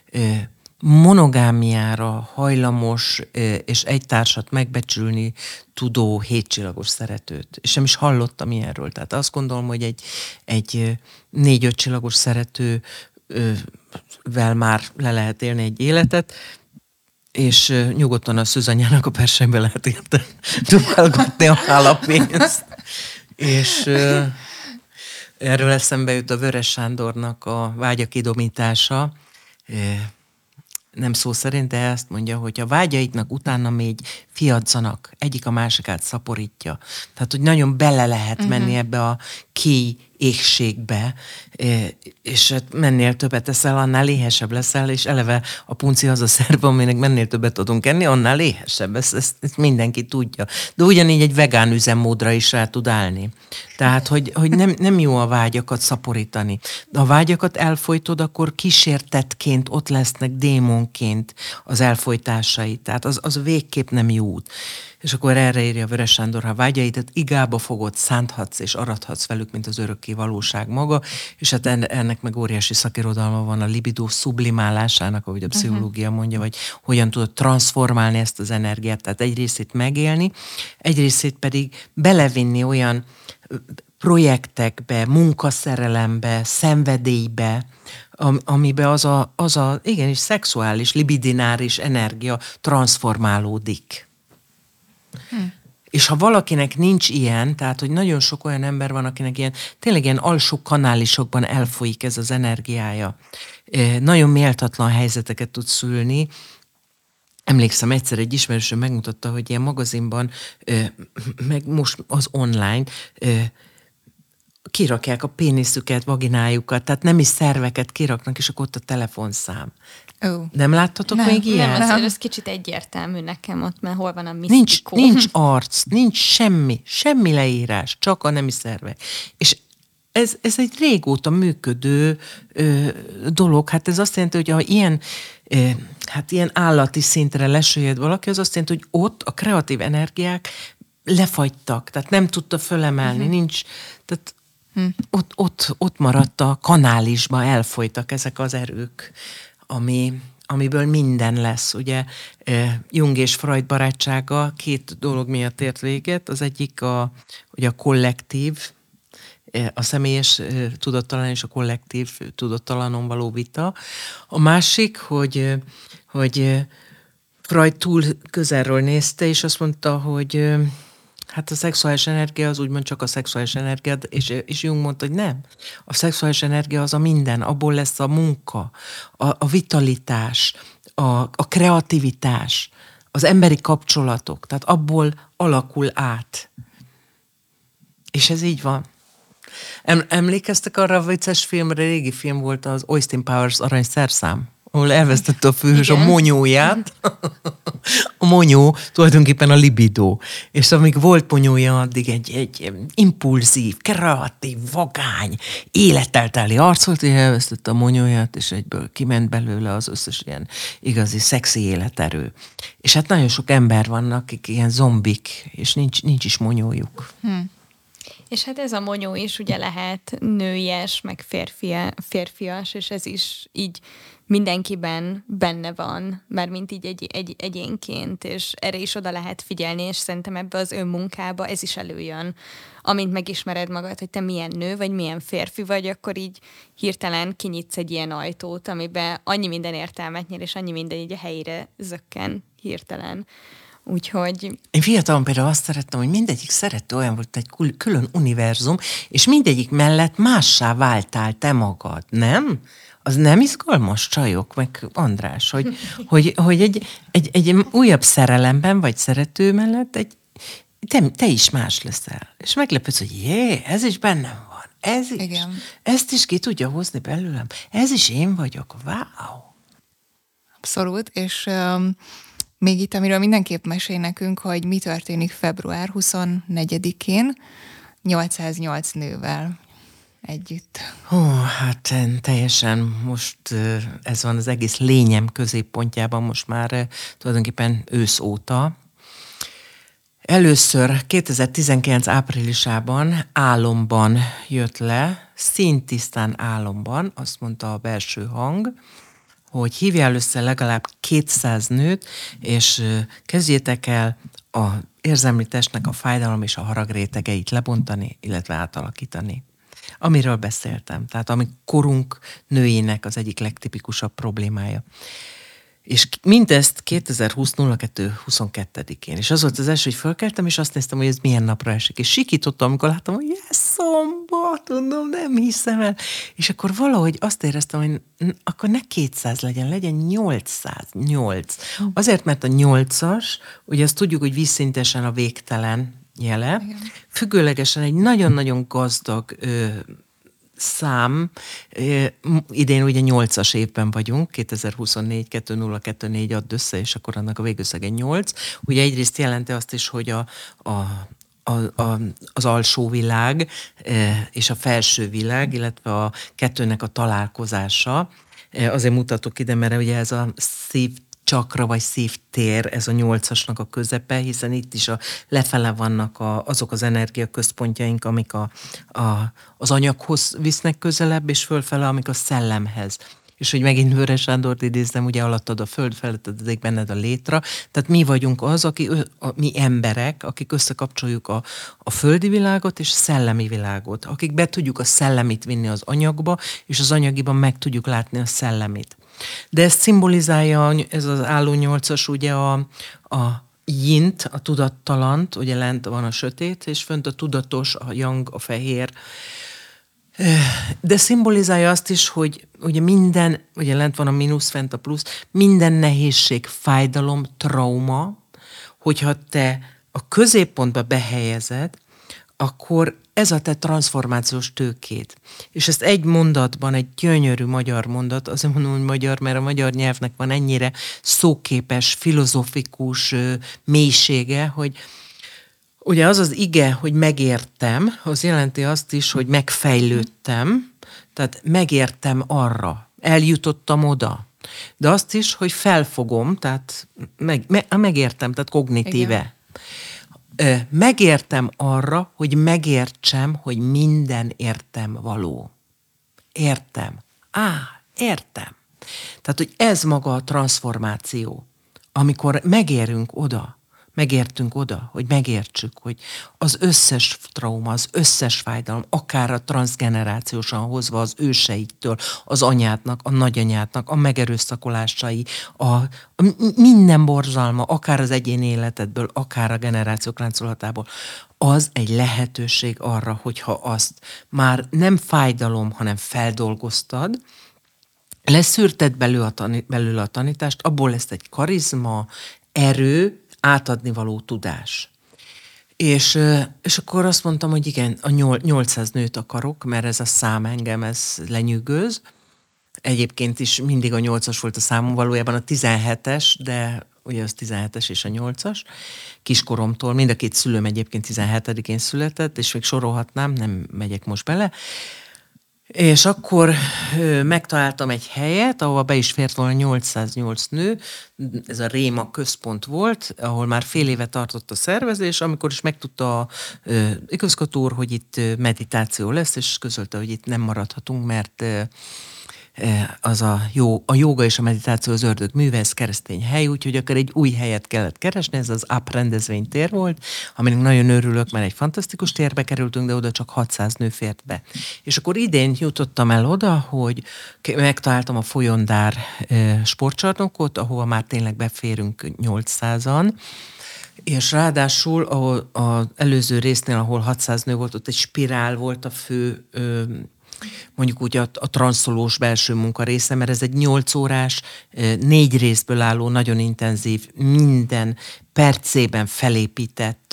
monogámiára hajlamos és egy társat megbecsülni tudó 7 csillagos szeretőt. És nem is hallottam ilyenről. Tehát azt gondolom, hogy egy 4-5 csillagos szeretővel már le lehet élni egy életet, és nyugodtan a szűzanyának a persejbe lehet érte dumálgatni a hálapénzt. És erről eszembe jut a Vörös Sándornak a Vágya kidomítása. Nem szó szerint, de ezt mondja, hogy a vágyaidnak utána még fiadzanak, egyik a másikát szaporítja. Tehát, hogy nagyon bele lehet menni ebbe a kéj égségbe, és mennél többet eszel, annál éhesebb leszel, és eleve a punci az a szerv, aminek mennél többet tudunk enni, annál éhesebb. Ezt mindenki tudja. De ugyanígy egy vegán üzemmódra is rá tud állni. Tehát, hogy nem jó a vágyakat szaporítani. De ha a vágyakat elfojtod, akkor kísértetként ott lesznek démonként az elfojtásai. Tehát az végképp nem jó út. És akkor erre írja Vörös Sándor, ha vágyaidat igába fogod, szánthatsz és arathatsz velük, mint az örökké valóság maga, és hát ennek meg óriási szakirodalma van a libidó sublimálásának, ahogy a pszichológia mondja, vagy hogyan tudod transformálni ezt az energiát, tehát egy részét megélni, egy részét pedig belevinni olyan projektekbe, munkaszerelembe, szenvedélybe, amiben az a igenis szexuális, libidináris energia transformálódik. És ha valakinek nincs ilyen, tehát, hogy nagyon sok olyan ember van, akinek tényleg ilyen alsó kanálisokban elfolyik ez az energiája, nagyon méltatlan helyzeteket tud szülni. Emlékszem, egyszer egy ismerősöm megmutatta, hogy ilyen magazinban, meg most az online, kirakják a péniszüket, vaginájukat, tehát nemi szerveket kiraknak, és akkor ott a telefonszám. Nem láttatok még ilyen? Nem, azért ez kicsit egyértelmű nekem ott, mert hol van a misztikó. Nincs arc, nincs semmi leírás, csak a nemi szervek. És ez egy régóta működő dolog. Hát ez azt jelenti, hogy ha ilyen állati szintre lesüljed valaki, az azt jelenti, hogy ott a kreatív energiák lefagytak, tehát nem tudta fölemelni, nincs, tehát ott maradt a kanálisba, elfolytak ezek az erők, amiből minden lesz. Ugye Jung és Freud barátsága 2 dolog miatt ért véget. Az egyik ugye a kollektív, a személyes tudattalan és a kollektív tudattalanon való vita. A másik, hogy Freud túl közelről nézte, és azt mondta, hogy hát a szexuális energia az úgymond csak a szexuális energia, és Jung mondta, hogy nem. A szexuális energia az a minden, abból lesz a munka, a vitalitás, a kreativitás, az emberi kapcsolatok, tehát abból alakul át. És ez így van. Emlékeztek arra a vicces filmre, régi film volt, az Austin Powers Arany szerszám? ahol elvesztette a főhős a monyóját. A monyó tulajdonképpen a libido. És amíg volt monyója, addig egy impulzív, kreatív, vagány, élettel teli arc volt, hogy elvesztette a monyóját, és egyből kiment belőle az összes ilyen igazi, szexi életerő. És hát nagyon sok ember vannak, akik ilyen zombik, és nincs is monyójuk. És hát ez a monyó is ugye lehet nőies, meg férfias, és ez is így mindenkiben benne van, mert mint így egy egyénként, és erre is oda lehet figyelni, és szerintem ebbe az önmunkába ez is előjön. Amint megismered magad, hogy te milyen nő, vagy milyen férfi vagy, akkor így hirtelen kinyitsz egy ilyen ajtót, amiben annyi minden értelmet nyer, és annyi minden így a helyére zökken hirtelen. Úgyhogy... Én fiatalon például azt szerettem, hogy mindegyik szerető olyan volt, egy külön univerzum, és mindegyik mellett mássá váltál te magad, nem? Az nem izgalmas, csajok, meg András, hogy egy újabb szerelemben, vagy szerető mellett te is más leszel. És meglepődsz, hogy ez is bennem van. Ez is. Igen. Ezt is ki tudja hozni belőlem. Ez is én vagyok. Wow! Abszolút, és még itt, amiről mindenképp mesél nekünk, hogy mi történik február 24-én 808 nővel együtt. Hát teljesen most ez van az egész lényem középpontjában most már tulajdonképpen ősz óta. Először 2019 áprilisában álomban jött le, színtisztán álomban, azt mondta a belső hang, hogy hívjál össze legalább 200 nőt, és kezdjétek el a érzelmi testnek a fájdalom és a harag rétegeit lebontani, illetve átalakítani. Amiről beszéltem, tehát ami korunk nőjének az egyik legtipikusabb problémája. És mindezt 2020-02-22-én. És az volt az első, hogy fölkeltem, és azt néztem, hogy ez milyen napra esik. És sikítottam, amikor láttam, hogy szombat, mondom, nem hiszem el. És akkor valahogy azt éreztem, hogy akkor ne 200 legyen 808. Azért, mert a 8-as, ugye azt tudjuk, hogy vízszintesen a végtelen jele, igen. Függőlegesen egy nagyon-nagyon gazdag szám, idén ugye 8-as évben vagyunk, 2024, 2024 add össze, és akkor annak a végösszege 8. Ugye egyrészt jelenti azt is, hogy az alsó világ és a felső világ, illetve a kettőnek a találkozása. Azért mutatok ide, mert ugye ez a szív csakra vagy szívtér, ez a 8-asnak a közepe, hiszen itt is lefele vannak azok az energiaközpontjaink, amik az anyaghoz visznek közelebb, és fölfele, amik a szellemhez. És hogy megint Vörös Sándort idézem, ugye alattad a föld, feletted benned a létra. Tehát mi vagyunk az, mi emberek, akik összekapcsoljuk a földi világot és a szellemi világot, akik be tudjuk a szellemit vinni az anyagba, és az anyagiban meg tudjuk látni a szellemit. De ezt szimbolizálja ez az álló 8-as, ugye a yint, a tudattalant, ugye lent van a sötét, és fönt a tudatos, a yang, a fehér. De szimbolizálja azt is, hogy ugye minden, ugye lent van a mínusz, fent a plusz, minden nehézség, fájdalom, trauma, hogyha te a középpontba behelyezed, akkor ez a te transformációs tőkéd. És ezt egy mondatban, egy gyönyörű magyar mondat, azért mondom, hogy magyar, mert a magyar nyelvnek van ennyire szóképes, filozofikus mélysége, hogy ugye az az ige, hogy megértem, az jelenti azt is, hogy megfejlődtem, tehát megértem arra, eljutottam oda. De azt is, hogy felfogom, tehát megértem, tehát kognitíve. Igen. Megértem arra, hogy megértsem, hogy minden értem való. Értem. Értem. Tehát, hogy ez maga a transformáció, amikor megértünk oda, hogy megértsük, hogy az összes trauma, az összes fájdalom, akár a transzgenerációsan hozva az őseiktől, az anyádnak, a nagyanyádnak, a megerőszakolásai, minden borzalma, akár az egyéni életedből, akár a generációk láncolatából, az egy lehetőség arra, hogyha azt már nem fájdalom, hanem feldolgoztad, leszűrted belőle a tanítást, abból lesz egy karizma, erő, átadni való tudás. És akkor azt mondtam, hogy igen, a 800 nőt akarok, mert ez a szám engem, ez lenyűgöz. Egyébként is mindig a 8-as volt a számom, valójában a 17-es, de ugye az 17-es és a 8-as kiskoromtól. Mind a két szülőm egyébként 17-én született, és még sorolhatnám, nem megyek most bele. És akkor megtaláltam egy helyet, ahol be is fért volna 808 nő, ez a Réma központ volt, ahol már fél éve tartott a szervezés, amikor is megtudta a igazgató úr, hogy itt meditáció lesz, és közölte, hogy itt nem maradhatunk, mert az a jóga és a meditáció az ördög műve, ez keresztény hely, úgyhogy akkor egy új helyet kellett keresni, ez az UP rendezvénytér volt, aminek nagyon örülök, mert egy fantasztikus térbe kerültünk, de oda csak 600 nő fért be. És akkor idén jutottam el oda, hogy megtaláltam a Folyondár sportcsarnokot, ahova már tényleg beférünk 800-an, és ráadásul az előző résznél, ahol 600 nő volt, ott egy spirál volt a fő mondjuk úgy a transzolós belső munka része, mert ez egy 8 órás, 4 részből álló, nagyon intenzív, minden percében felépített,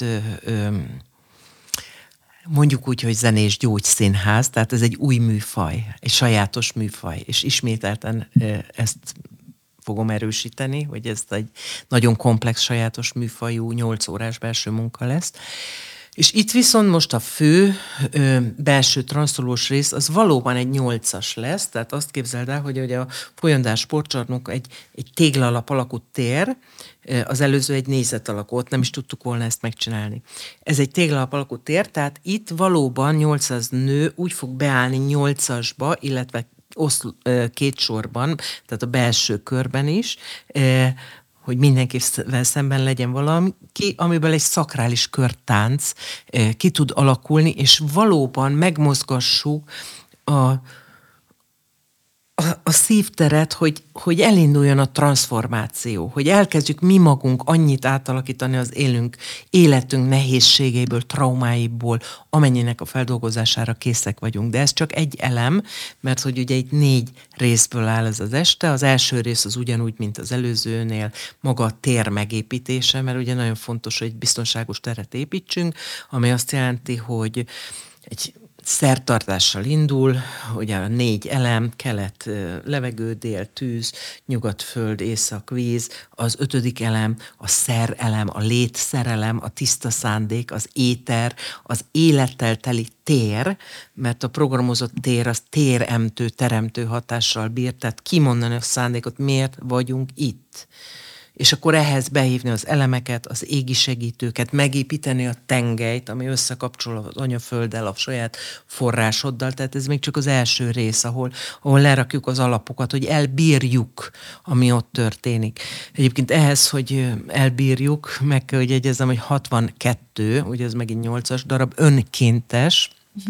mondjuk úgy, hogy zenés gyógyszínház, tehát ez egy új műfaj, egy sajátos műfaj, és ismételten ezt fogom erősíteni, hogy ez egy nagyon komplex, sajátos műfajú 8 órás belső munka lesz. És itt viszont most a fő belső transzolós rész az valóban egy 8-as lesz, tehát azt képzeld el, hogy a Folyondár sportcsarnok egy téglalap alakú tér, az előző egy négyzet alakú, ott nem is tudtuk volna ezt megcsinálni. Ez egy téglalap alakú tér, tehát itt valóban 800 nő úgy fog beállni 8-asba, illetve két sorban, tehát a belső körben is, hogy mindenkivel szemben legyen valaki, amiből egy szakrális körtánc ki tud alakulni, és valóban megmozgassuk a szívteret, hogy elinduljon a transformáció, hogy elkezdjük mi magunk annyit átalakítani az életünk nehézségeiből, traumáiból, amennyinek a feldolgozására készek vagyunk. De ez csak egy elem, mert hogy ugye itt 4 részből áll ez az este. Az első rész az ugyanúgy, mint az előzőnél, maga a tér megépítése, mert ugye nagyon fontos, hogy egy biztonságos teret építsünk, ami azt jelenti, hogy egy szertartással indul, ugye a 4 elem, kelet, levegő, dél, tűz, nyugat, föld, észak, víz, az 5. elem, a szerelem, a létszerelem, a tiszta szándék, az éter, az élettel teli tér, mert a programozott tér az téremtő, teremtő hatással bír, tehát kimondani a szándékot, miért vagyunk itt. És akkor ehhez behívni az elemeket, az égi segítőket, megépíteni a tengelyt, ami összekapcsol az anyafölddel, a saját forrásoddal. Tehát ez még csak az első rész, ahol lerakjuk az alapokat, hogy elbírjuk, ami ott történik. Egyébként ehhez, hogy elbírjuk, meg kell, hogy jegyezzem, hogy 62, ugye ez megint 8-as darab, önkéntes,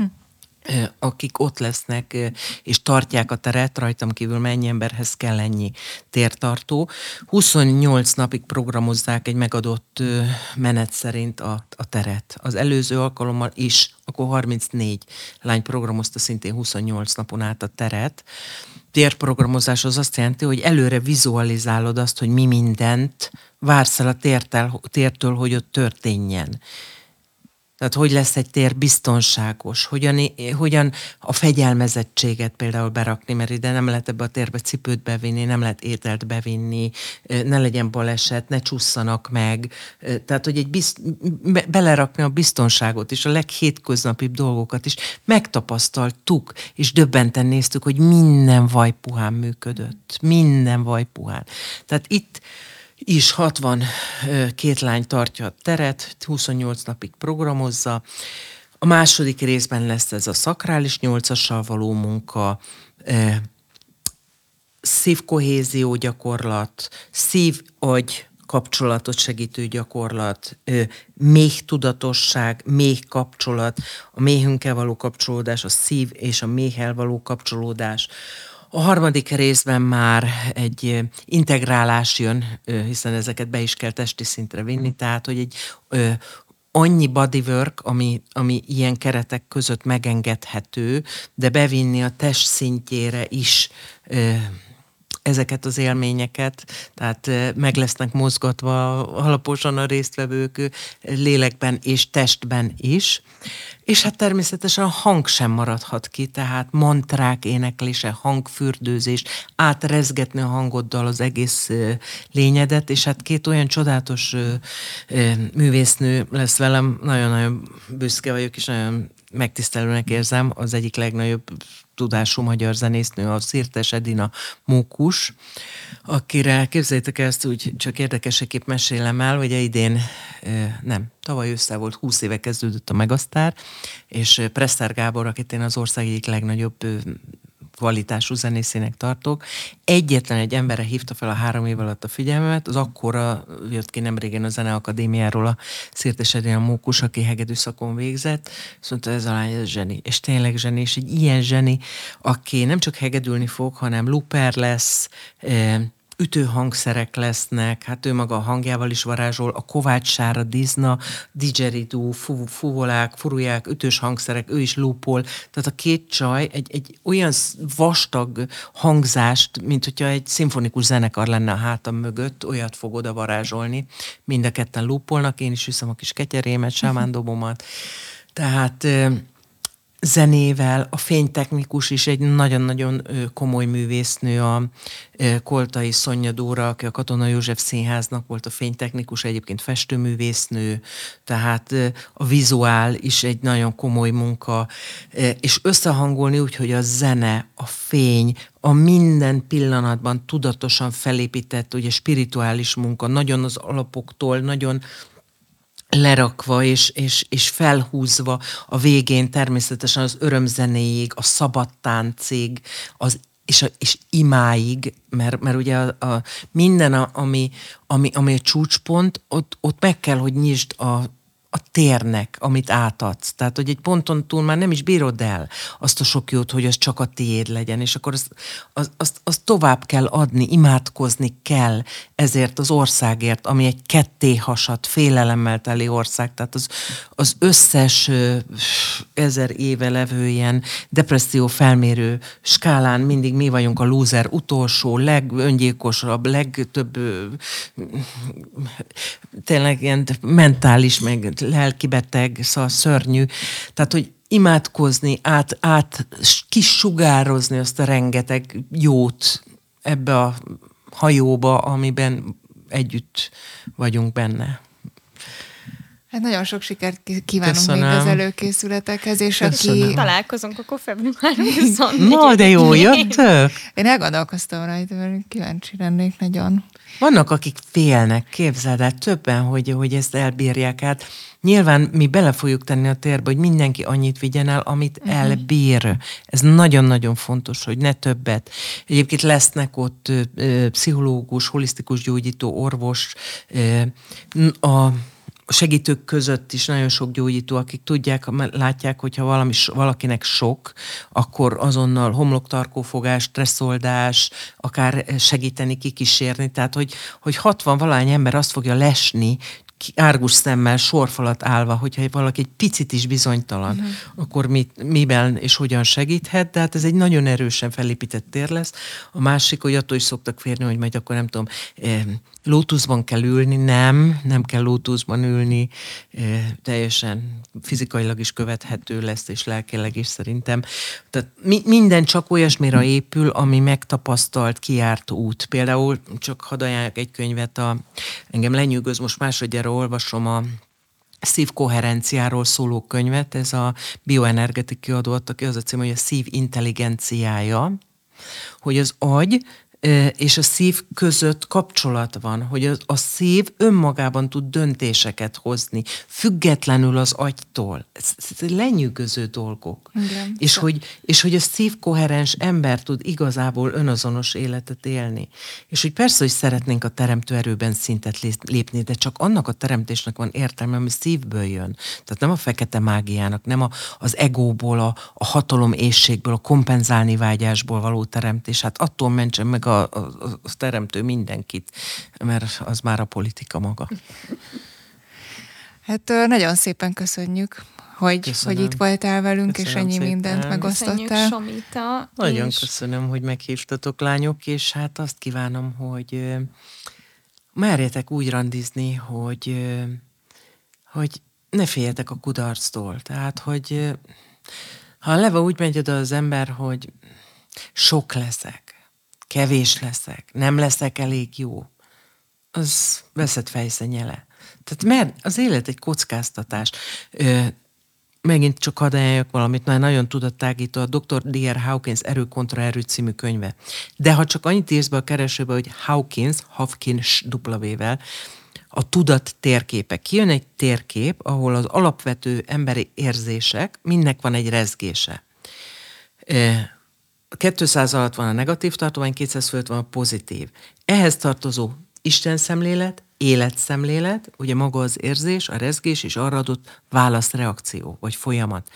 akik ott lesznek, és tartják a teret, rajtam kívül mennyi emberhez kell ennyi tértartó. 28 napig programozzák egy megadott menet szerint a teret. Az előző alkalommal is, akkor 34 lány programozta szintén 28 napon át a teret. Térprogramozás az azt jelenti, hogy előre vizualizálod azt, hogy mi mindent vársz el a tértől, hogy ott történjen. Tehát hogy lesz egy tér biztonságos, hogyan a fegyelmezettséget például berakni, mert ide nem lehet ebbe a térbe cipőt bevinni, nem lehet ételt bevinni, ne legyen baleset, ne csusszanak meg. Tehát, hogy belerakni a biztonságot és a leghétköznapibb dolgokat is megtapasztaltuk, és döbbenten néztük, hogy minden vaj puhán működött. Minden vaj puhán. Tehát itt is 62 lány tartja a teret, 28 napig programozza. A második részben lesz ez a szakrális 8-assal való munka, szívkohézió gyakorlat, szív-agy kapcsolatot segítő gyakorlat, méh tudatosság, méh kapcsolat, a méhünkkel való kapcsolódás, a szív és a méhel való kapcsolódás. A harmadik részben már egy integrálás jön, hiszen ezeket be is kell testi szintre vinni, tehát hogy egy annyi bodywork, ami ilyen keretek között megengedhető, de bevinni a test szintjére is ezeket az élményeket, tehát meg lesznek mozgatva alaposan a résztvevők lélekben és testben is. És hát természetesen a hang sem maradhat ki, tehát mantrák éneklése, hangfürdőzés, átrezgetni a hangoddal az egész lényedet, és hát 2 olyan csodálatos művésznő lesz velem, nagyon-nagyon büszke vagyok, és nagyon megtisztelőnek érzem, az egyik legnagyobb tudású magyar zenésznő, a Szirtes Edina Mókus, akire képzeljétek ezt úgy, csak érdekeseképp mesélem el, hogy idén, tavaly ősszel volt, 20 éve kezdődött a Megasztár, és Presser Gábor, akit én az ország egyik legnagyobb kvalitású zenészének tartok, egyetlen egy emberre hívta fel a 3 év alatt a figyelmemet, az akkora jött ki nemrégen a Zeneakadémiáról a Szirtes Edina Mókus, aki hegedűszakon végzett, azt mondta, ez a lány, ez zseni, és tényleg zseni, és egy ilyen zseni, aki nem csak hegedülni fog, hanem looper lesz, ütőhangszerek lesznek, hát ő maga a hangjával is varázsol, a Kovács Sára, Dizna, didgeridoo, fuvolák, furuják, ütős hangszerek, ő is loopol. Tehát a 2 csaj egy olyan vastag hangzást, mint hogyha egy szimfonikus zenekar lenne a hátam mögött, olyat fog oda varázsolni. Mind a ketten loopolnak, én is viszem a kis ketyerémet, sámándobomat. Tehát zenével, a fénytechnikus is egy nagyon-nagyon komoly művésznő, a Koltai Szonya Dóra, aki a Katona József Színháznak volt a fénytechnikus, egyébként festőművésznő, tehát a vizuál is egy nagyon komoly munka, és összehangolni úgy, hogy a zene, a fény, a minden pillanatban tudatosan felépített, ugye spirituális munka, nagyon az alapoktól, nagyon lerakva és felhúzva a végén természetesen az örömzenéig, a szabadtáncig, és imáig, mert ugye a minden, ami a csúcspont, ott meg kell, hogy nyisd a térnek, amit átadsz. Tehát, hogy egy ponton túl már nem is bírod el azt a sok jót, hogy az csak a tiéd legyen, és akkor azt tovább kell adni, imádkozni kell ezért az országért, ami egy kettéhasadt, félelemmel teli ország. Tehát az összes 1000 éve levő ilyen depresszió felmérő skálán mindig mi vagyunk a lúzer utolsó, legöngyilkosabb, legtöbb tényleg ilyen mentális, meg lelkibeteg, szóval szörnyű. Tehát, hogy imádkozni, át kisugározni azt a rengeteg jót ebbe a hajóba, amiben együtt vagyunk benne. Hát nagyon sok sikert kívánunk még az előkészületekhez, és aki... Találkozunk akkor február 24. Na, de jó, jöttök! Én elgondolkoztam rajta, mert kíváncsi lennék nagyon. Vannak, akik félnek, képzeld el, többen, hogy ezt elbírják át. Nyilván mi bele fogjuk tenni a térbe, hogy mindenki annyit vigyen el, amit elbír. Ez nagyon-nagyon fontos, hogy ne többet. Egyébként lesznek ott pszichológus, holisztikus gyógyító, orvos, a segítők között is nagyon sok gyógyító, akik tudják, látják, hogyha valakinek sok, akkor azonnal homloktarkófogás, stresszoldás, akár segíteni, kikísérni. Tehát, hogy 60-valahány ember azt fogja lesni, árgus szemmel, sorfalat állva, hogyha valaki egy picit is bizonytalan, akkor miben és hogyan segíthet, de hát ez egy nagyon erősen felépített tér lesz. A másik, hogy attól is szoktak férni, hogy majd akkor nem tudom, lótuszban kell ülni, nem kell lótuszban ülni, teljesen fizikailag is követhető lesz, és lelkileg is szerintem. Tehát minden csak olyasmire épül, ami megtapasztalt, kijárt út. Például csak hadd ajánljak egy könyvet, engem lenyűgöz, most másodjára olvasom a szívkoherenciáról szóló könyvet, ez a bioenergetik kiadó adta ki, az a cím, hogy a szív intelligenciája, hogy az agy és a szív között kapcsolat van, hogy a szív önmagában tud döntéseket hozni, függetlenül az agytól. Ez lenyűgöző dolgok. Igen. És hogy a szívkoherens ember tud igazából önazonos életet élni. És hogy persze, hogy szeretnénk a teremtő erőben szintet lépni, de csak annak a teremtésnek van értelme, ami szívből jön. Tehát nem a fekete mágiának, nem az egóból, a hatalom éhségből, a kompenzálni vágyásból való teremtés. Hát attól mentsen meg a teremtő mindenkit, mert az már a politika maga. Hát nagyon szépen köszönjük, hogy itt voltál velünk, köszönöm és ennyi szépen. Mindent megosztottál. Köszönjük, Somita. Nagyon köszönöm, hogy meghívtatok, lányok, és hát azt kívánom, hogy merjetek úgy randizni, hogy ne féljetek a kudarctól. Tehát, hogy ha a leva úgy megy oda az ember, hogy sok leszek, kevés leszek, nem leszek elég jó, az veszed fejszennyele. Tehát mert az élet egy kockáztatás. Megint csak hadd ajánljak valamit, nagyon tudattágító a Dr. D.R. Hawkins Erő kontra erő című könyve. De ha csak annyit írsz be a keresőbe, hogy Hawkins W-vel, a tudat térképe. Kijön egy térkép, ahol az alapvető emberi érzések, mindnek van egy rezgése. 200 alatt van a negatív tartomány, 200 fölött van a pozitív. Ehhez tartozó Isten szemlélet, életszemlélet, ugye maga az érzés, a rezgés és arra adott válaszreakció, vagy folyamat.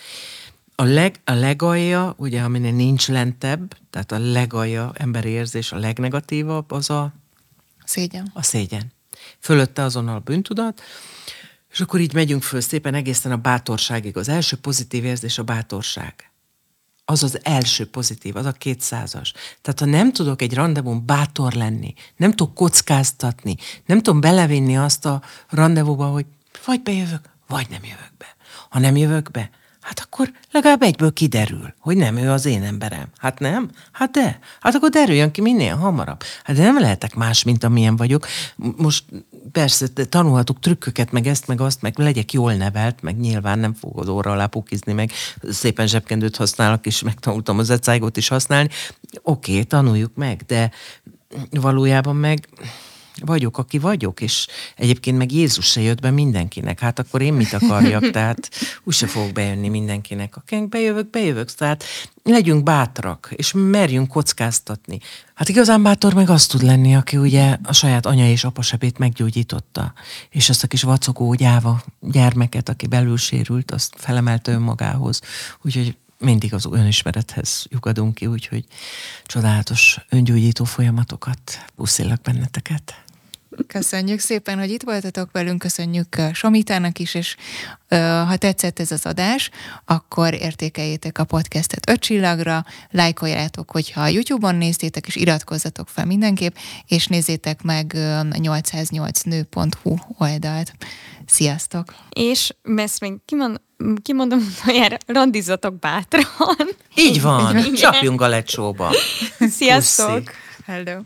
A legalja, ugye aminél nincs lentebb, tehát a legalja emberi érzés, a legnegatívabb, az a szégyen. A szégyen. Fölötte azonnal a bűntudat, és akkor így megyünk föl szépen egészen a bátorságig. Az első pozitív érzés a bátorság. Az az első pozitív, az a 200-as. Tehát ha nem tudok egy randevún bátor lenni, nem tudok kockáztatni, nem tudom belevinni azt a randevúba, hogy vagy bejövök, vagy nem jövök be. Ha nem jövök be, hát akkor legalább egyből kiderül, hogy nem ő az én emberem. Hát nem? Hát de. Hát akkor derüljön ki minél hamarabb. Hát de nem lehetek más, mint amilyen vagyok. Most persze tanulhatok trükköket, meg ezt, meg azt, meg legyek jól nevelt, meg nyilván nem fogod óra alá pukizni, meg szépen zsebkendőt használok, és megtanultam az ecájgot is használni. Oké, tanuljuk meg, de valójában meg vagyok, aki vagyok, és egyébként meg Jézus se jött be mindenkinek. Hát akkor én mit akarjak? Tehát úgyse fogok bejönni mindenkinek. Akinek bejövök. Tehát legyünk bátrak, és merjünk kockáztatni. Hát igazán bátor meg az tud lenni, aki ugye a saját anya és apasebét meggyógyította, és azt a kis vacogó gyáva gyermeket, aki belül sérült, azt felemelte önmagához. Úgyhogy mindig az önismerethez lyukadunk ki, úgyhogy csodálatos öngyógyító folyamatokat. Puszillak benneteket. Köszönjük szépen, hogy itt voltatok velünk, köszönjük Somitának is, és ha tetszett ez az adás, akkor értékeljétek a podcastet 5 csillagra, lájkoljátok, hogyha a YouTube-on néztétek, és iratkozzatok fel mindenképp, és nézzétek meg a 808nő.hu oldalt. Sziasztok! És ezt még kimondom, hogy randizzatok bátran. Így van, igen. Csapjunk a lecsóba. Sziasztok! Hello!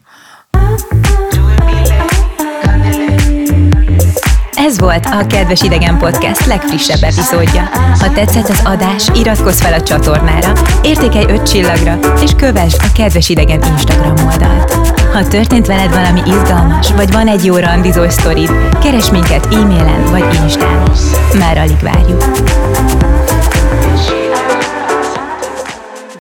Ez volt a Kedves Idegen Podcast legfrissebb epizódja. Ha tetszett az adás, iratkozz fel a csatornára, értékelj 5 csillagra, és kövessd a Kedves Idegen Instagram oldalt. Ha történt veled valami izgalmas, vagy van egy jó randizós sztorid, keresd minket e-mailen vagy Instán. Már alig várjuk.